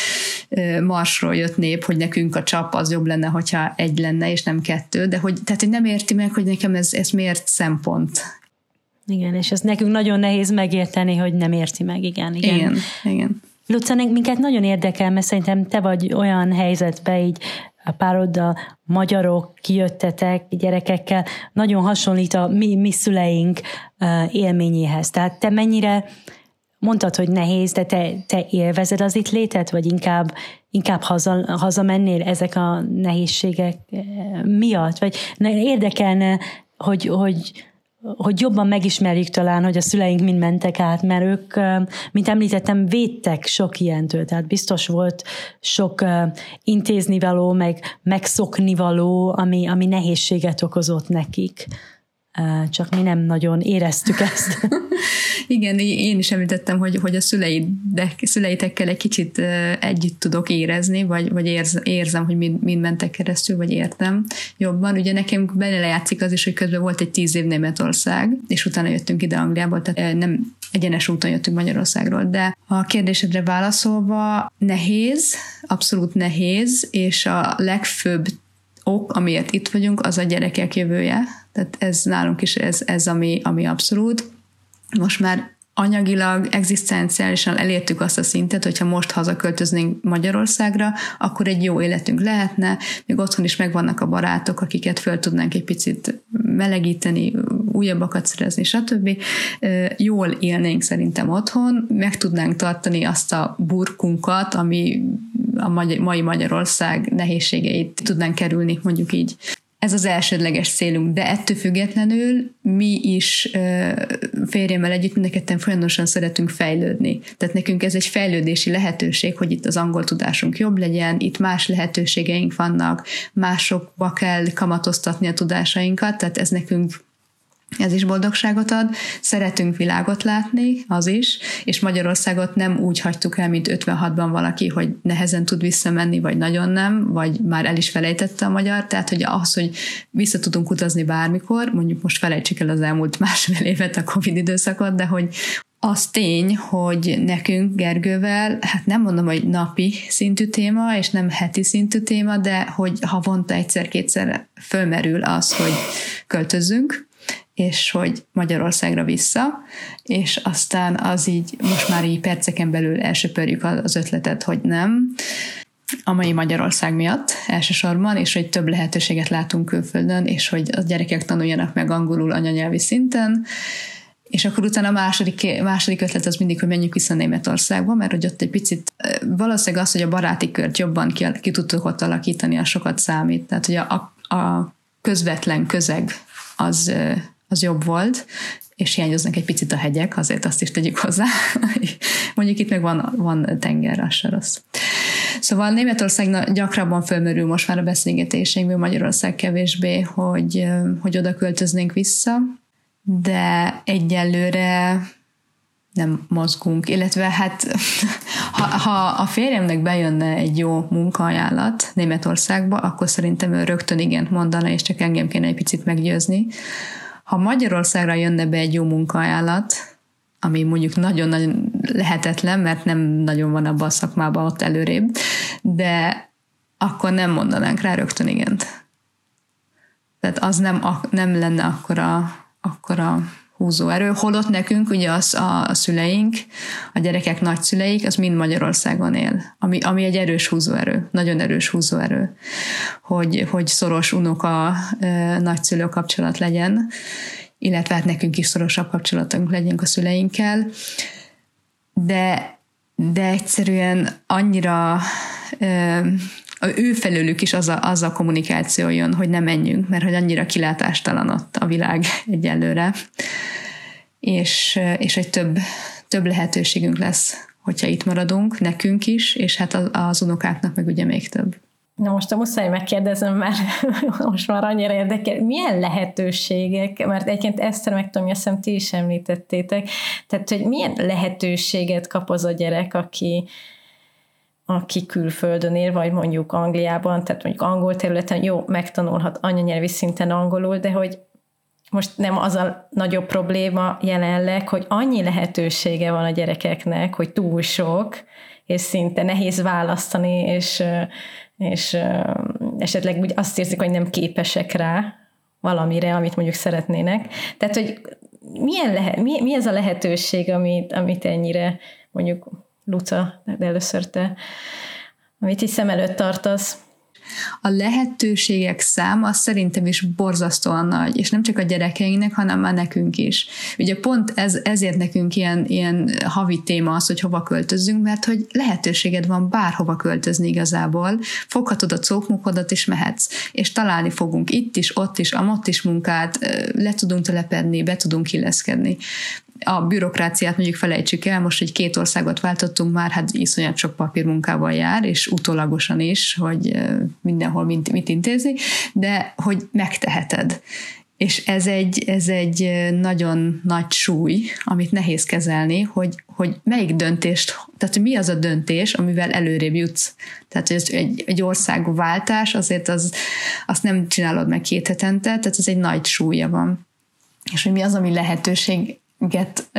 marsról jött nép, hogy nekünk a csap az jobb lenne, hogyha egy lenne, és nem kettő, de hogy, tehát, hogy nem érti meg, hogy nekem ez, ez miért szempont. Igen, és ez nekünk nagyon nehéz megérteni, hogy nem érti meg, igen. Igen, igen. igen. Luca, minket nagyon érdekel, mert szerintem te vagy olyan helyzetben, így a pároddal, magyarok, kijöttetek gyerekekkel, nagyon hasonlít a mi, mi szüleink élményéhez. Tehát te mennyire, mondtad, hogy nehéz, de te, te élvezed az itt létet, vagy inkább, inkább haza, hazamennél ezek a nehézségek miatt? Vagy érdekelne hogy, hogy hogy jobban megismerjük talán, hogy a szüleink mind mentek át, mert ők, mint említettem, védtek sok ilyentől, tehát biztos volt sok intéznivaló, meg megszoknivaló, ami, ami nehézséget okozott nekik. Csak mi nem nagyon éreztük ezt. Igen, én is említettem, hogy, hogy a szüleidek, szüleitekkel egy kicsit együtt tudok érezni, vagy, vagy érz, érzem, hogy mind, mind mentek keresztül, vagy értem jobban. Ugye nekem benne lejátszik az is, hogy közben volt egy tíz év Németország, és utána jöttünk ide Angliából, tehát nem egyenes úton jöttünk Magyarországról, de a kérdésedre válaszolva nehéz, abszolút nehéz, és a legfőbb ok, amiért itt vagyunk, az a gyerekek jövője. Tehát ez nálunk is ez, ez ami, ami abszolút. Most már anyagilag, egzisztenciálisan elértük azt a szintet, hogyha most hazaköltöznénk Magyarországra, akkor egy jó életünk lehetne, még otthon is megvannak a barátok, akiket föl tudnánk egy picit melegíteni, újabbakat szerezni, stb. Jól élnénk szerintem otthon, meg tudnánk tartani azt a burkunkat, ami a mai Magyarország nehézségeit tudnánk kerülni, mondjuk így. Ez az elsődleges célunk, de ettől függetlenül mi is férjemmel együtt mindenketten folyamatosan szeretünk fejlődni. Tehát nekünk ez egy fejlődési lehetőség, hogy itt az angol tudásunk jobb legyen, itt más lehetőségeink vannak, másokba kell kamatoztatni a tudásainkat, tehát ez nekünk ez is boldogságot ad. Szeretünk világot látni, az is, és Magyarországot nem úgy hagytuk el, mint ötvenhatban valaki, hogy nehezen tud visszamenni, vagy nagyon nem, vagy már el is felejtette a magyar, tehát hogy az, hogy vissza tudunk utazni bármikor, mondjuk most felejtsük el az elmúlt másfél évet, a Covid időszakot, de hogy az tény, hogy nekünk Gergővel, hát nem mondom, hogy napi szintű téma, és nem heti szintű téma, de hogy havonta egyszer-kétszer fölmerül az, hogy költözzünk, és hogy Magyarországra vissza, és aztán az így, most már így perceken belül elsöpörjük az ötletet, hogy nem, a mai Magyarország miatt elsősorban, és hogy több lehetőséget látunk külföldön, és hogy a gyerekek tanuljanak meg angolul anyanyelvi szinten, és akkor utána a második, második ötlet az mindig, hogy menjünk vissza Németországba, mert hogy ott egy picit valószínűleg az, hogy a baráti kört jobban ki, ki tudtuk ott alakítani, a sokat számít. Tehát, hogy a, a közvetlen közeg az, az jobb volt, és hiányoznak egy picit a hegyek, azért azt is tegyük hozzá. Mondjuk itt meg van, van tenger, az se rossz. Szóval Németország gyakrabban fölmerül most már a beszélgetéseinkből, Magyarország kevésbé, hogy, hogy oda költöznénk vissza, de egyelőre nem mozgunk, illetve hát ha, ha a férjemnek bejönne egy jó munkaajánlat Németországba, akkor szerintem ő rögtön igent mondana, és csak engem kéne egy picit meggyőzni. Ha Magyarországra jönne be egy jó munkaajánlat, ami mondjuk nagyon-nagyon lehetetlen, mert nem nagyon van abban a szakmában ott előrébb, de akkor nem mondanánk rá rögtön igent. Tehát az nem, nem lenne akkora, akkora húzóerő. Holott nekünk ugye az a, a szüleink, a gyerekek nagyszüleik, az mind Magyarországon él, ami, ami egy erős húzóerő, nagyon erős húzóerő, hogy, hogy szoros unoka nagyszülő kapcsolat legyen, illetve hát nekünk is szorosabb kapcsolatunk legyen a szüleinkkel, de, de egyszerűen annyira ő felőlük is az a, az a kommunikáció jön, hogy ne menjünk, mert hogy annyira kilátástalan ott a világ egyelőre, és, és egy több, több lehetőségünk lesz, hogyha itt maradunk, nekünk is, és hát az, az unokáknak meg ugye még több. Na most a muszáj megkérdezem, mert most már annyira érdekel, milyen lehetőségek, mert egyébként Eszter meg tudom, azt hiszem ti is említettétek, tehát hogy milyen lehetőséget kap az a gyerek, aki aki külföldön él, vagy mondjuk Angliában, tehát mondjuk angol területen, jó, megtanulhat anyanyelvi szinten angolul, de hogy most nem az a nagyobb probléma jelenleg, hogy annyi lehetősége van a gyerekeknek, hogy túl sok, és szinte nehéz választani, és, és esetleg úgy azt érzik, hogy nem képesek rá valamire, amit mondjuk szeretnének. Tehát, hogy milyen lehet, mi, mi ez a lehetőség, amit, amit ennyire mondjuk Luca, de először te, amit így szem előtt tartasz? a lehetőségek száma szerintem is borzasztóan nagy, és nem csak a gyerekeinknek, hanem már nekünk is. Ugye pont ez, ezért nekünk ilyen, ilyen havi téma az, hogy hova költözzünk, mert hogy lehetőséged van bárhova költözni igazából, foghatod a cókmukodat és mehetsz, és találni fogunk itt is, ott is, amott is munkát, le tudunk telepedni, be tudunk illeszkedni. A bürokráciát mondjuk felejtsük el, most, hogy két országot váltottunk már, hát iszonyat sok papírmunkával jár, és utólagosan is, hogy mindenhol mit, mit intézni, de hogy megteheted. És ez egy, ez egy nagyon nagy súly, amit nehéz kezelni, hogy, hogy melyik döntést, tehát hogy mi az a döntés, amivel előrébb jutsz. Tehát hogy egy, egy országváltás, azért az, azt nem csinálod meg két hetente, tehát ez egy nagy súlya van. És hogy mi az, ami lehetőség get,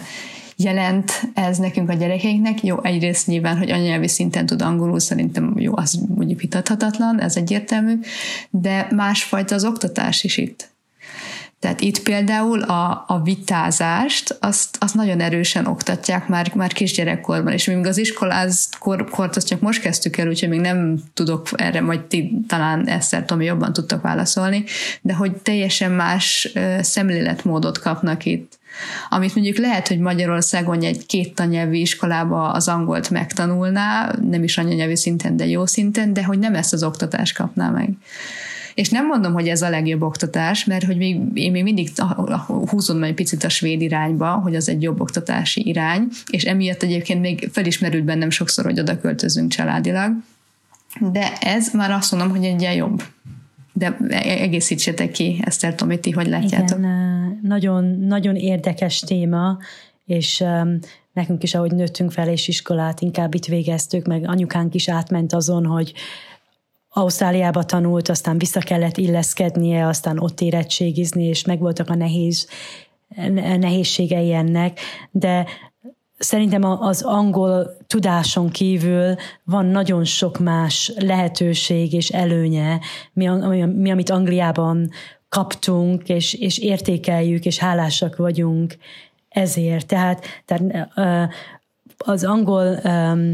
jelent ez nekünk a gyerekeinknek. Jó, egyrészt nyilván, hogy anyanyelvi szinten tud angolul, szerintem jó, az mondjuk vitathatatlan, ez egyértelmű, de másfajta az oktatás is itt. Tehát itt például a, a vitázást, azt, azt nagyon erősen oktatják már, már kisgyerekkorban, és még az iskolát kor, kort azt csak most kezdtük el, úgyhogy még nem tudok erre, majd ti talán Eszter, Tomi jobban tudtak válaszolni, de hogy teljesen más szemléletmódot kapnak itt. Amit mondjuk lehet, hogy Magyarországon egy két tannyelvi iskolába az angolt megtanulná, nem is anyanyelvi szinten, de jó szinten, de hogy nem ezt az oktatást kapná meg. És nem mondom, hogy ez a legjobb oktatás, mert hogy még, én még mindig húzom egy picit a svéd irányba, hogy az egy jobb oktatási irány, és emiatt egyébként még felismerült bennem sokszor, hogy oda költözünk családilag. De ez már azt mondom, hogy egy jobb. De egészítsetek ki, Eszter, Tomi, ti hogy látjátok? Igen, nagyon, nagyon érdekes téma, és um, nekünk is, ahogy nőttünk fel, és iskolát inkább itt végeztük, meg anyukánk is átment azon, hogy Ausztráliába tanult, aztán vissza kellett illeszkednie, aztán ott érettségizni, és megvoltak a nehéz, nehézségei ennek, de szerintem az angol tudáson kívül van nagyon sok más lehetőség és előnye, mi, mi amit Angliában kaptunk, és, és értékeljük, és hálásak vagyunk ezért. Tehát, tehát az angol um,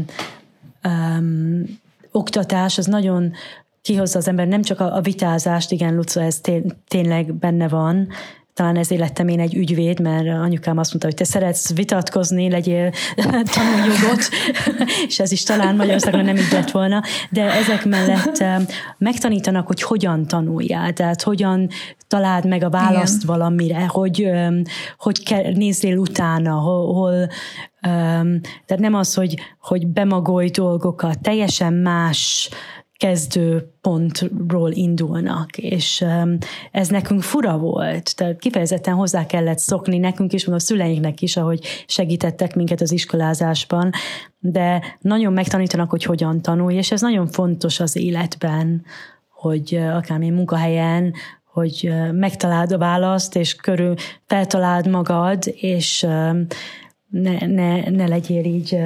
um, oktatás az nagyon kihozza az ember, nem csak a, a vitázást, igen, Luca, ez té- tényleg benne van, talán ezért lettem én egy ügyvéd, mert anyukám azt mondta, hogy te szeretsz vitatkozni, legyél, tanulj jogot, és ez is talán Magyarországon nem így lett volna, de ezek mellett megtanítanak, hogy hogyan tanuljál, tehát hogyan találd meg a választ igen. valamire, hogy, hogy nézzél utána, hol, hol tehát nem az, hogy, hogy bemagolj dolgokat, teljesen más kezdőpontról indulnak, és ez nekünk fura volt, tehát kifejezetten hozzá kellett szokni nekünk is, meg a szüleinknek is, ahogy segítettek minket az iskolázásban, de nagyon megtanítanak, hogy hogyan tanulj, és ez nagyon fontos az életben, hogy akármilyen munkahelyen, hogy megtaláld a választ, és körül feltaláld magad, és ne, ne, ne legyél így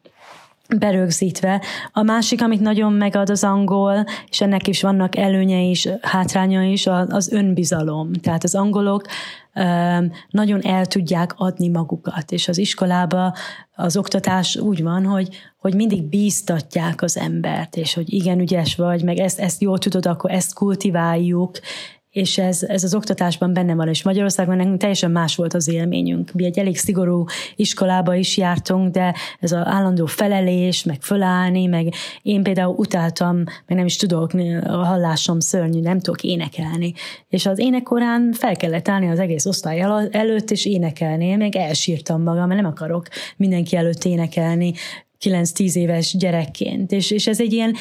berögzítve. A másik, amit nagyon megad az angol, és ennek is vannak előnyei is, hátránya is, az önbizalom. Tehát az angolok nagyon el tudják adni magukat, és az iskolába az oktatás úgy van, hogy, hogy mindig bíztatják az embert, és hogy igen, ügyes vagy, meg ezt, ezt jól tudod, akkor ezt kultiváljuk, és ez, ez az oktatásban benne van, és Magyarországon nekünk teljesen más volt az élményünk. Mi egy elég szigorú iskolába is jártunk, de ez az állandó felelés, meg fölállni, meg én például utáltam, meg nem is tudok, a hallásom szörnyű, nem tudok énekelni. És az énekkorán fel kellett állni az egész osztály előtt, és énekelni. Én meg elsírtam magam, mert nem akarok mindenki előtt énekelni kilenc-tíz éves gyerekként. És, és ez egy ilyen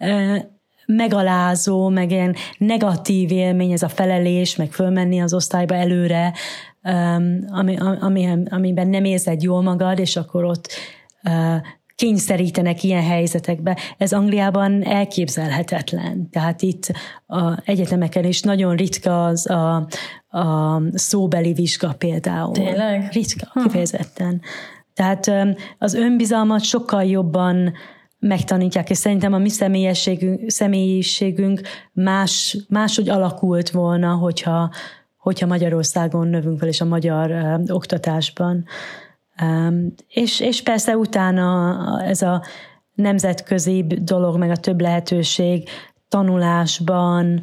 megalázó, meg ilyen negatív élmény, ez a felelés, meg fölmenni az osztályba előre, ami, ami, amiben nem érzed jól magad, és akkor ott kényszerítenek ilyen helyzetekbe. Ez Angliában elképzelhetetlen. Tehát itt az egyetemeken is nagyon ritka az a, a szóbeli vizsga például. Tényleg? Ritka, kifejezetten. Tehát az önbizalmat sokkal jobban megtanítják, és szerintem a mi személyiségünk, személyiségünk más, máshogy alakult volna, hogyha, hogyha Magyarországon növünk fel, és a magyar uh, oktatásban. Um, és, és persze utána ez a nemzetközi dolog, meg a több lehetőség tanulásban,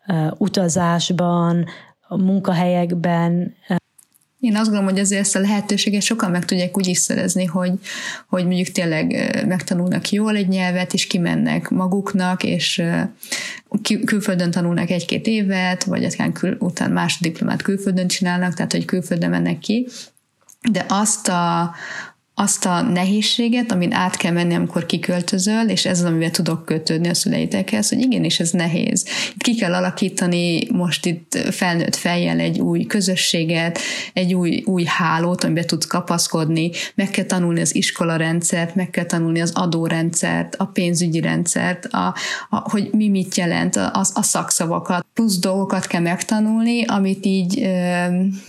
utazásban, a munkahelyekben. Én azt gondolom, hogy azért ezt a lehetőséget sokan meg tudják úgy is szerezni, hogy, hogy mondjuk tényleg megtanulnak jól egy nyelvet, és kimennek maguknak, és kül- külföldön tanulnak egy-két évet, vagy aztán kül- után másoddiplomát külföldön csinálnak, tehát hogy külföldön mennek ki. De azt a azt a nehézséget, amin át kell menni, amikor kiköltözöl, és ez az, amivel tudok kötődni a szüleitekhez, hogy igenis ez nehéz. Itt ki kell alakítani most itt felnőtt fejjel egy új közösséget, egy új, új hálót, amiben tudsz kapaszkodni, meg kell tanulni az iskolarendszert, meg kell tanulni az adórendszert, a pénzügyi rendszert, a, a, hogy mi mit jelent, a, a szakszavakat, plusz dolgokat kell megtanulni, amit így Ö,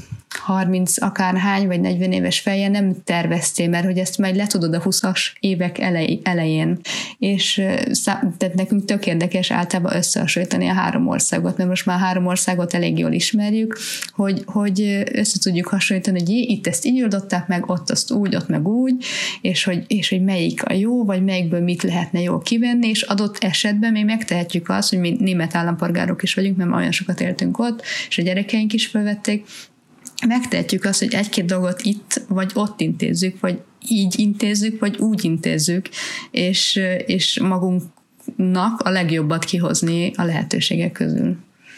harminc akárhány vagy negyven éves fejjel nem terveztél, mert hogy ezt majd le tudod a huszas évek elej, elején. És tehát nekünk tök érdekes általában összehasonlítani a három országot, mert most már három országot elég jól ismerjük, hogy, hogy össze tudjuk hasonlítani, hogy itt ezt így oldották meg, ott azt úgy, ott meg úgy, és hogy, és hogy melyik a jó, vagy melyikből mit lehetne jól kivenni, és adott esetben még megtehetjük azt, hogy mi német állampolgárok is vagyunk, mert olyan sokat éltünk ott, és a gyerekeink is felvették, megtehetjük azt, hogy egy-két dolgot itt vagy ott intézzük, vagy így intézzük, vagy úgy intézzük, és, és magunknak a legjobbat kihozni a lehetőségek közül.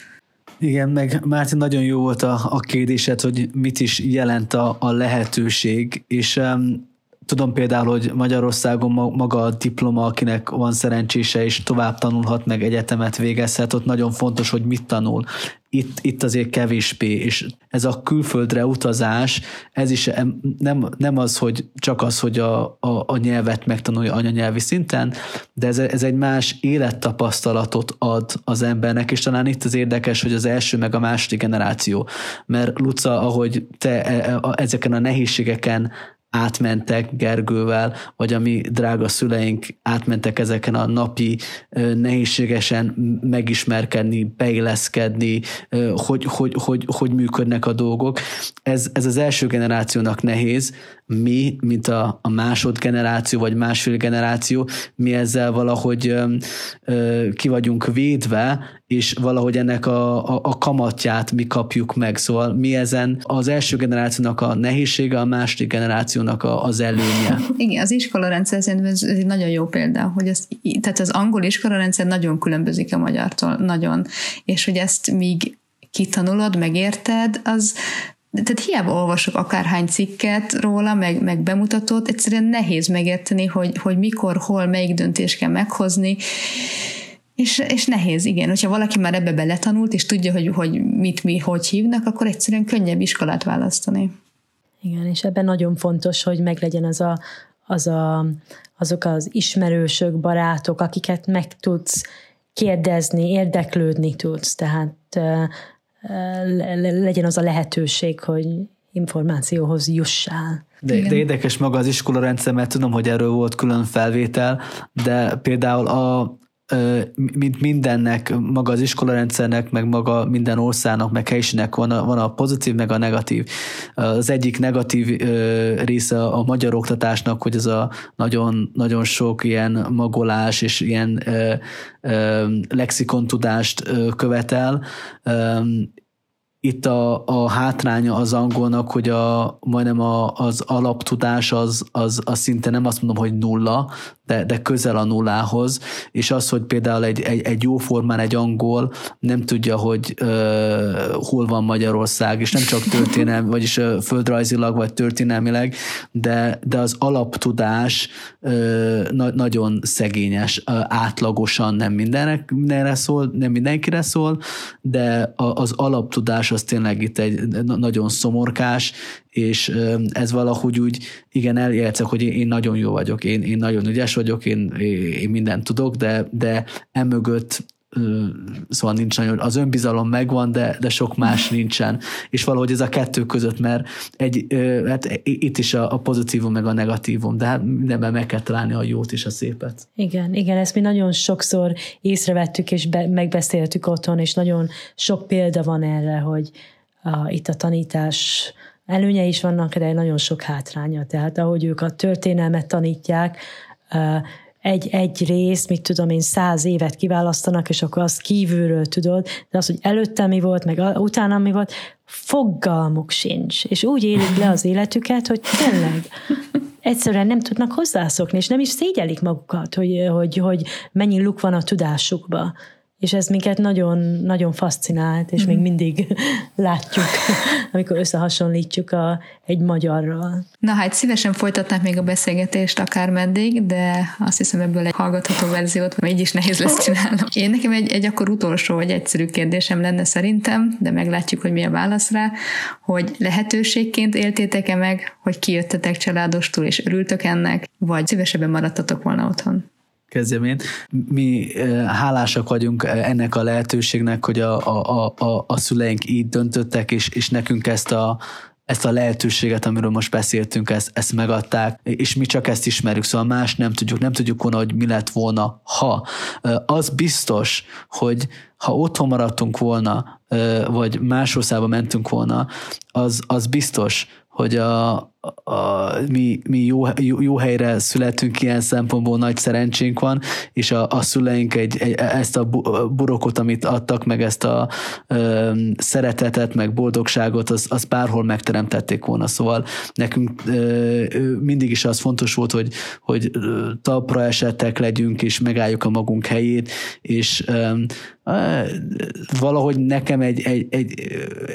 Igen, meg Márti, nagyon jó volt a, a kérdésed, hogy mit is jelent a, a lehetőség, és um, tudom például, hogy Magyarországon maga a diploma, akinek van szerencsése, és tovább tanulhat, meg egyetemet végezhet, ott nagyon fontos, hogy mit tanul. Itt, itt azért kevésbé, és ez a külföldre utazás, ez is nem, nem az, hogy csak az, hogy a, a, a nyelvet megtanulja anyanyelvi szinten, de ez, ez egy más élettapasztalatot ad az embernek, és talán itt az érdekes, hogy az első meg a második generáció, mert Luca, ahogy te ezeken a nehézségeken átmentek Gergővel, vagy a mi drága szüleink átmentek ezeken a napi nehézségesen megismerkedni, beilleszkedni, hogy, hogy, hogy, hogy működnek a dolgok. Ez, ez az első generációnak nehéz, mi, mint a, a másodgeneráció, vagy másfél generáció, mi ezzel valahogy ö, ö, ki vagyunk védve, és valahogy ennek a, a, a kamatját mi kapjuk meg. Szóval mi ezen az első generációnak a nehézsége, a második generációnak a, az előnye. Igen, az iskolarendszer szerintem ez, ez egy nagyon jó példa, hogy az, tehát az angol iskolarendszer nagyon különbözik a magyartól, nagyon. És hogy ezt míg kitanulod, megérted, az tehát hiába olvasok akárhány cikket róla, meg, meg bemutatót, egyszerűen nehéz megérteni, hogy, hogy mikor, hol, melyik döntést kell meghozni, és, és nehéz, igen. Hogyha valaki már ebbe beletanult, és tudja, hogy, hogy mit, mi, hogy hívnak, akkor egyszerűen könnyebb iskolát választani. Igen, és ebben nagyon fontos, hogy meglegyen az a, az a, azok az ismerősök, barátok, akiket meg tudsz kérdezni, érdeklődni tudsz, tehát legyen az a lehetőség, hogy információhoz jussál. De, de érdekes maga az iskolarendszer, mert tudom, hogy erről volt külön felvétel, de például a mint mindennek, maga az iskolarendszernek, meg maga minden országnak, meg helyiségnek van a, van a pozitív, meg a negatív. Az egyik negatív része a magyar oktatásnak, hogy ez a nagyon, nagyon sok ilyen magolás és ilyen ö, ö, lexikontudást követel. Itt a, a hátránya az angolnak, hogy a, majdnem a, az alaptudás az, az, az szinte nem azt mondom, hogy nulla, de, de közel a nullához, és az, hogy például egy, egy, egy jó formán egy angol nem tudja, hogy uh, hol van Magyarország, és nem csak történelmi, vagyis uh, földrajzilag, vagy történelmileg, de, de az alaptudás uh, na, nagyon szegényes, uh, átlagosan nem mindenre, mindenre szól, nem mindenkire szól, de a, az alaptudás az tényleg itt egy nagyon szomorkás, és ez valahogy úgy, igen, eljátszok, hogy én, én nagyon jó vagyok, én, én nagyon ügyes vagyok, én, én mindent tudok, de, de emögött szóval nincs nagyon, az önbizalom megvan, de, de sok más nincsen. És valahogy ez a kettő között, mert egy, hát itt is a, a pozitívum meg a negatívum, de hát mindenben meg kell találni a jót és a szépet. Igen, igen, ezt mi nagyon sokszor észrevettük és be, megbeszéltük otthon, és nagyon sok példa van erre, hogy a, itt a tanítás előnye is vannak, de nagyon sok hátránya. Tehát ahogy ők a történelmet tanítják, egy, egy rész, mit tudom én, száz évet kiválasztanak, és akkor azt kívülről tudod, de az, hogy előtte mi volt, meg utána mi volt, fogalmuk sincs. És úgy élik le az életüket, hogy tényleg egyszerűen nem tudnak hozzászokni, és nem is szégyelik magukat, hogy, hogy, hogy mennyi luk van a tudásukba. És ez minket nagyon, nagyon fascinált, és mm. még mindig látjuk, amikor összehasonlítjuk a, egy magyarral. Na hát szívesen folytatnánk még a beszélgetést akár meddig, de azt hiszem ebből egy hallgatható verziót, mert így is nehéz lesz csinálnom. Én nekem egy, egy akkor utolsó, vagy egyszerű kérdésem lenne szerintem, de meglátjuk, hogy mi a válasz rá, hogy lehetőségként éltétek-e meg, hogy kijöttetek családostul, és örültök ennek, vagy szívesebben maradtatok volna otthon? Kezdjem én. Mi hálásak vagyunk ennek a lehetőségnek, hogy a, a, a, a szüleink így döntöttek, és, és nekünk ezt a, ezt a lehetőséget, amiről most beszéltünk, ezt, ezt megadták, és mi csak ezt ismerjük, szóval más nem tudjuk, nem tudjuk volna, hogy mi lett volna, ha. Az biztos, hogy ha otthon maradtunk volna, vagy más országba mentünk volna, az, az biztos, hogy a, a, mi, mi jó, jó, jó helyre születünk, ilyen szempontból nagy szerencsénk van, és a, a szüleink egy, egy, ezt a burokot, amit adtak, meg ezt a ö, szeretetet, meg boldogságot, az, az bárhol megteremtették volna. Szóval nekünk ö, mindig is az fontos volt, hogy, hogy talpra esettek legyünk, és megálljuk a magunk helyét, és ö, ö, valahogy nekem egy, egy, egy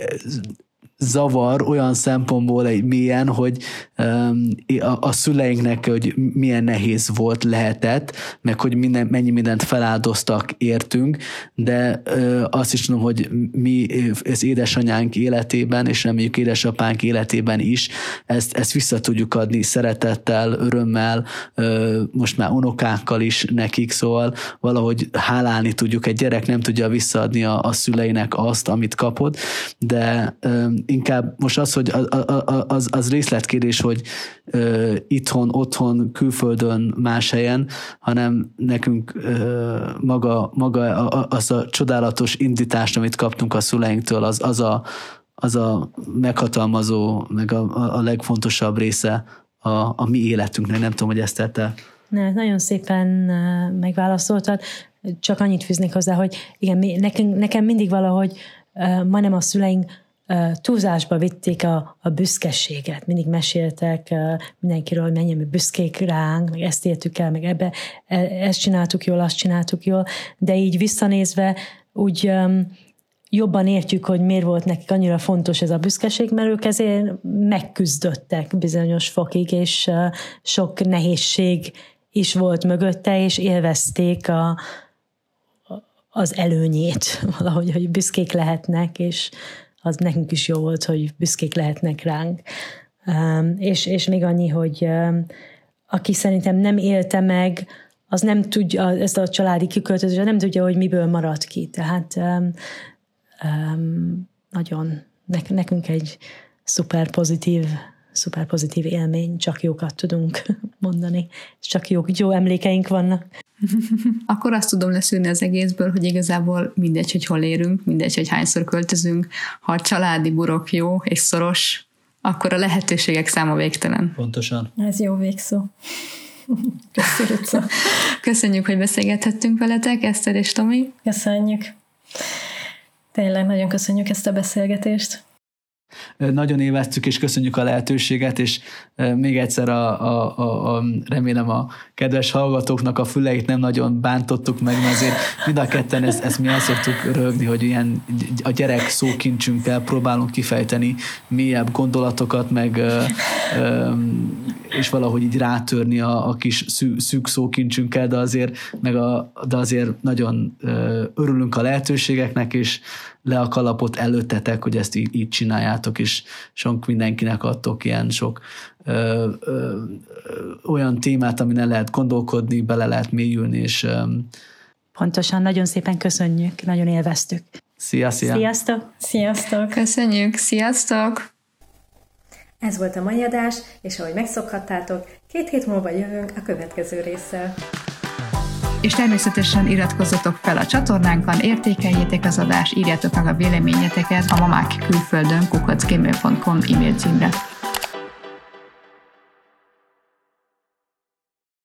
zavar olyan szempontból egy mélyen, hogy um, a, a szüleinknek, hogy milyen nehéz volt, lehetett, meg hogy minden, mennyi mindent feláldoztak értünk, de uh, azt is tudom, hogy mi az édesanyánk életében, és reméljük édesapánk életében is ezt, ezt vissza tudjuk adni szeretettel, örömmel, uh, most már unokákkal is nekik, szóval valahogy hálálni tudjuk. Egy gyerek nem tudja visszaadni a, a szüleinek azt, amit kapott, de um, inkább most az, hogy az, az részletkérdés, hogy uh, itthon, otthon, külföldön, más helyen, hanem nekünk uh, maga, maga az a csodálatos indítást, amit kaptunk a szüleinktől, az, az, a, az a meghatalmazó, meg a, a legfontosabb része a, a mi életünknek. Nem tudom, hogy ezt tette. Ne, nagyon szépen megválaszoltad. Csak annyit fűznék hozzá, hogy igen, nekem, nekem mindig valahogy uh, majdnem a szüleink túlzásba vitték a, a büszkeséget. Mindig meséltek uh, mindenkiről, hogy mennyire büszkék ránk, meg ezt értük el, meg ebbe, e, ezt csináltuk jól, azt csináltuk jól, de így visszanézve úgy um, jobban értjük, hogy miért volt nekik annyira fontos ez a büszkeség, mert ők ezért megküzdöttek bizonyos fokig, és uh, sok nehézség is volt mögötte, és élvezték a, az előnyét valahogy, hogy büszkék lehetnek, és az nekünk is jó volt, hogy büszkék lehetnek ránk. Um, és, és még annyi, hogy um, aki szerintem nem élte meg, az nem tudja, ezt a családi kiköltözést, nem tudja, hogy miből marad ki. Tehát um, um, nagyon, nekünk egy szuper pozitív, szuper pozitív élmény, csak jókat tudunk mondani, és csak jó, jó emlékeink vannak. Akkor azt tudom leszűrni az egészből, hogy igazából mindegy, hogy hol érünk, mindegy, hogy hányszor költözünk, ha a családi burok jó és szoros, akkor a lehetőségek száma végtelen. Pontosan. Ez jó végszó. Köszönjük. Köszönjük, hogy beszélgethettünk veletek, Eszter és Tomi. Köszönjük. Tényleg nagyon köszönjük ezt a beszélgetést. Nagyon élveztük, és köszönjük a lehetőséget, és még egyszer a, a, a, a, remélem a kedves hallgatóknak a füleit nem nagyon bántottuk meg, mert azért mind a ketten ezt, ezt mi el szoktuk rögni, hogy ilyen a gyerek szókincsünkkel próbálunk kifejteni mélyebb gondolatokat, meg és valahogy így rátörni a, a kis szű, szűk szókincsünkkel, de azért, meg a, de azért nagyon örülünk a lehetőségeknek, és le a kalapot előttetek, hogy ezt így, így csináljátok, és sok mindenkinek adtok ilyen sok ö, ö, ö, olyan témát, amin el lehet gondolkodni, bele lehet mélyülni, és ö, pontosan, nagyon szépen köszönjük, nagyon élveztük. Szia, szia! Sziasztok! Sziasztok! Köszönjük, sziasztok! Ez volt a mai adás, és ahogy megszokhattátok, két hét múlva jövünk a következő résszel. És természetesen iratkozzatok fel a csatornánkon, értékeljétek az adást, írjátok meg a véleményeteket a mamák külföldön kukac gmail pont com e-mail címre.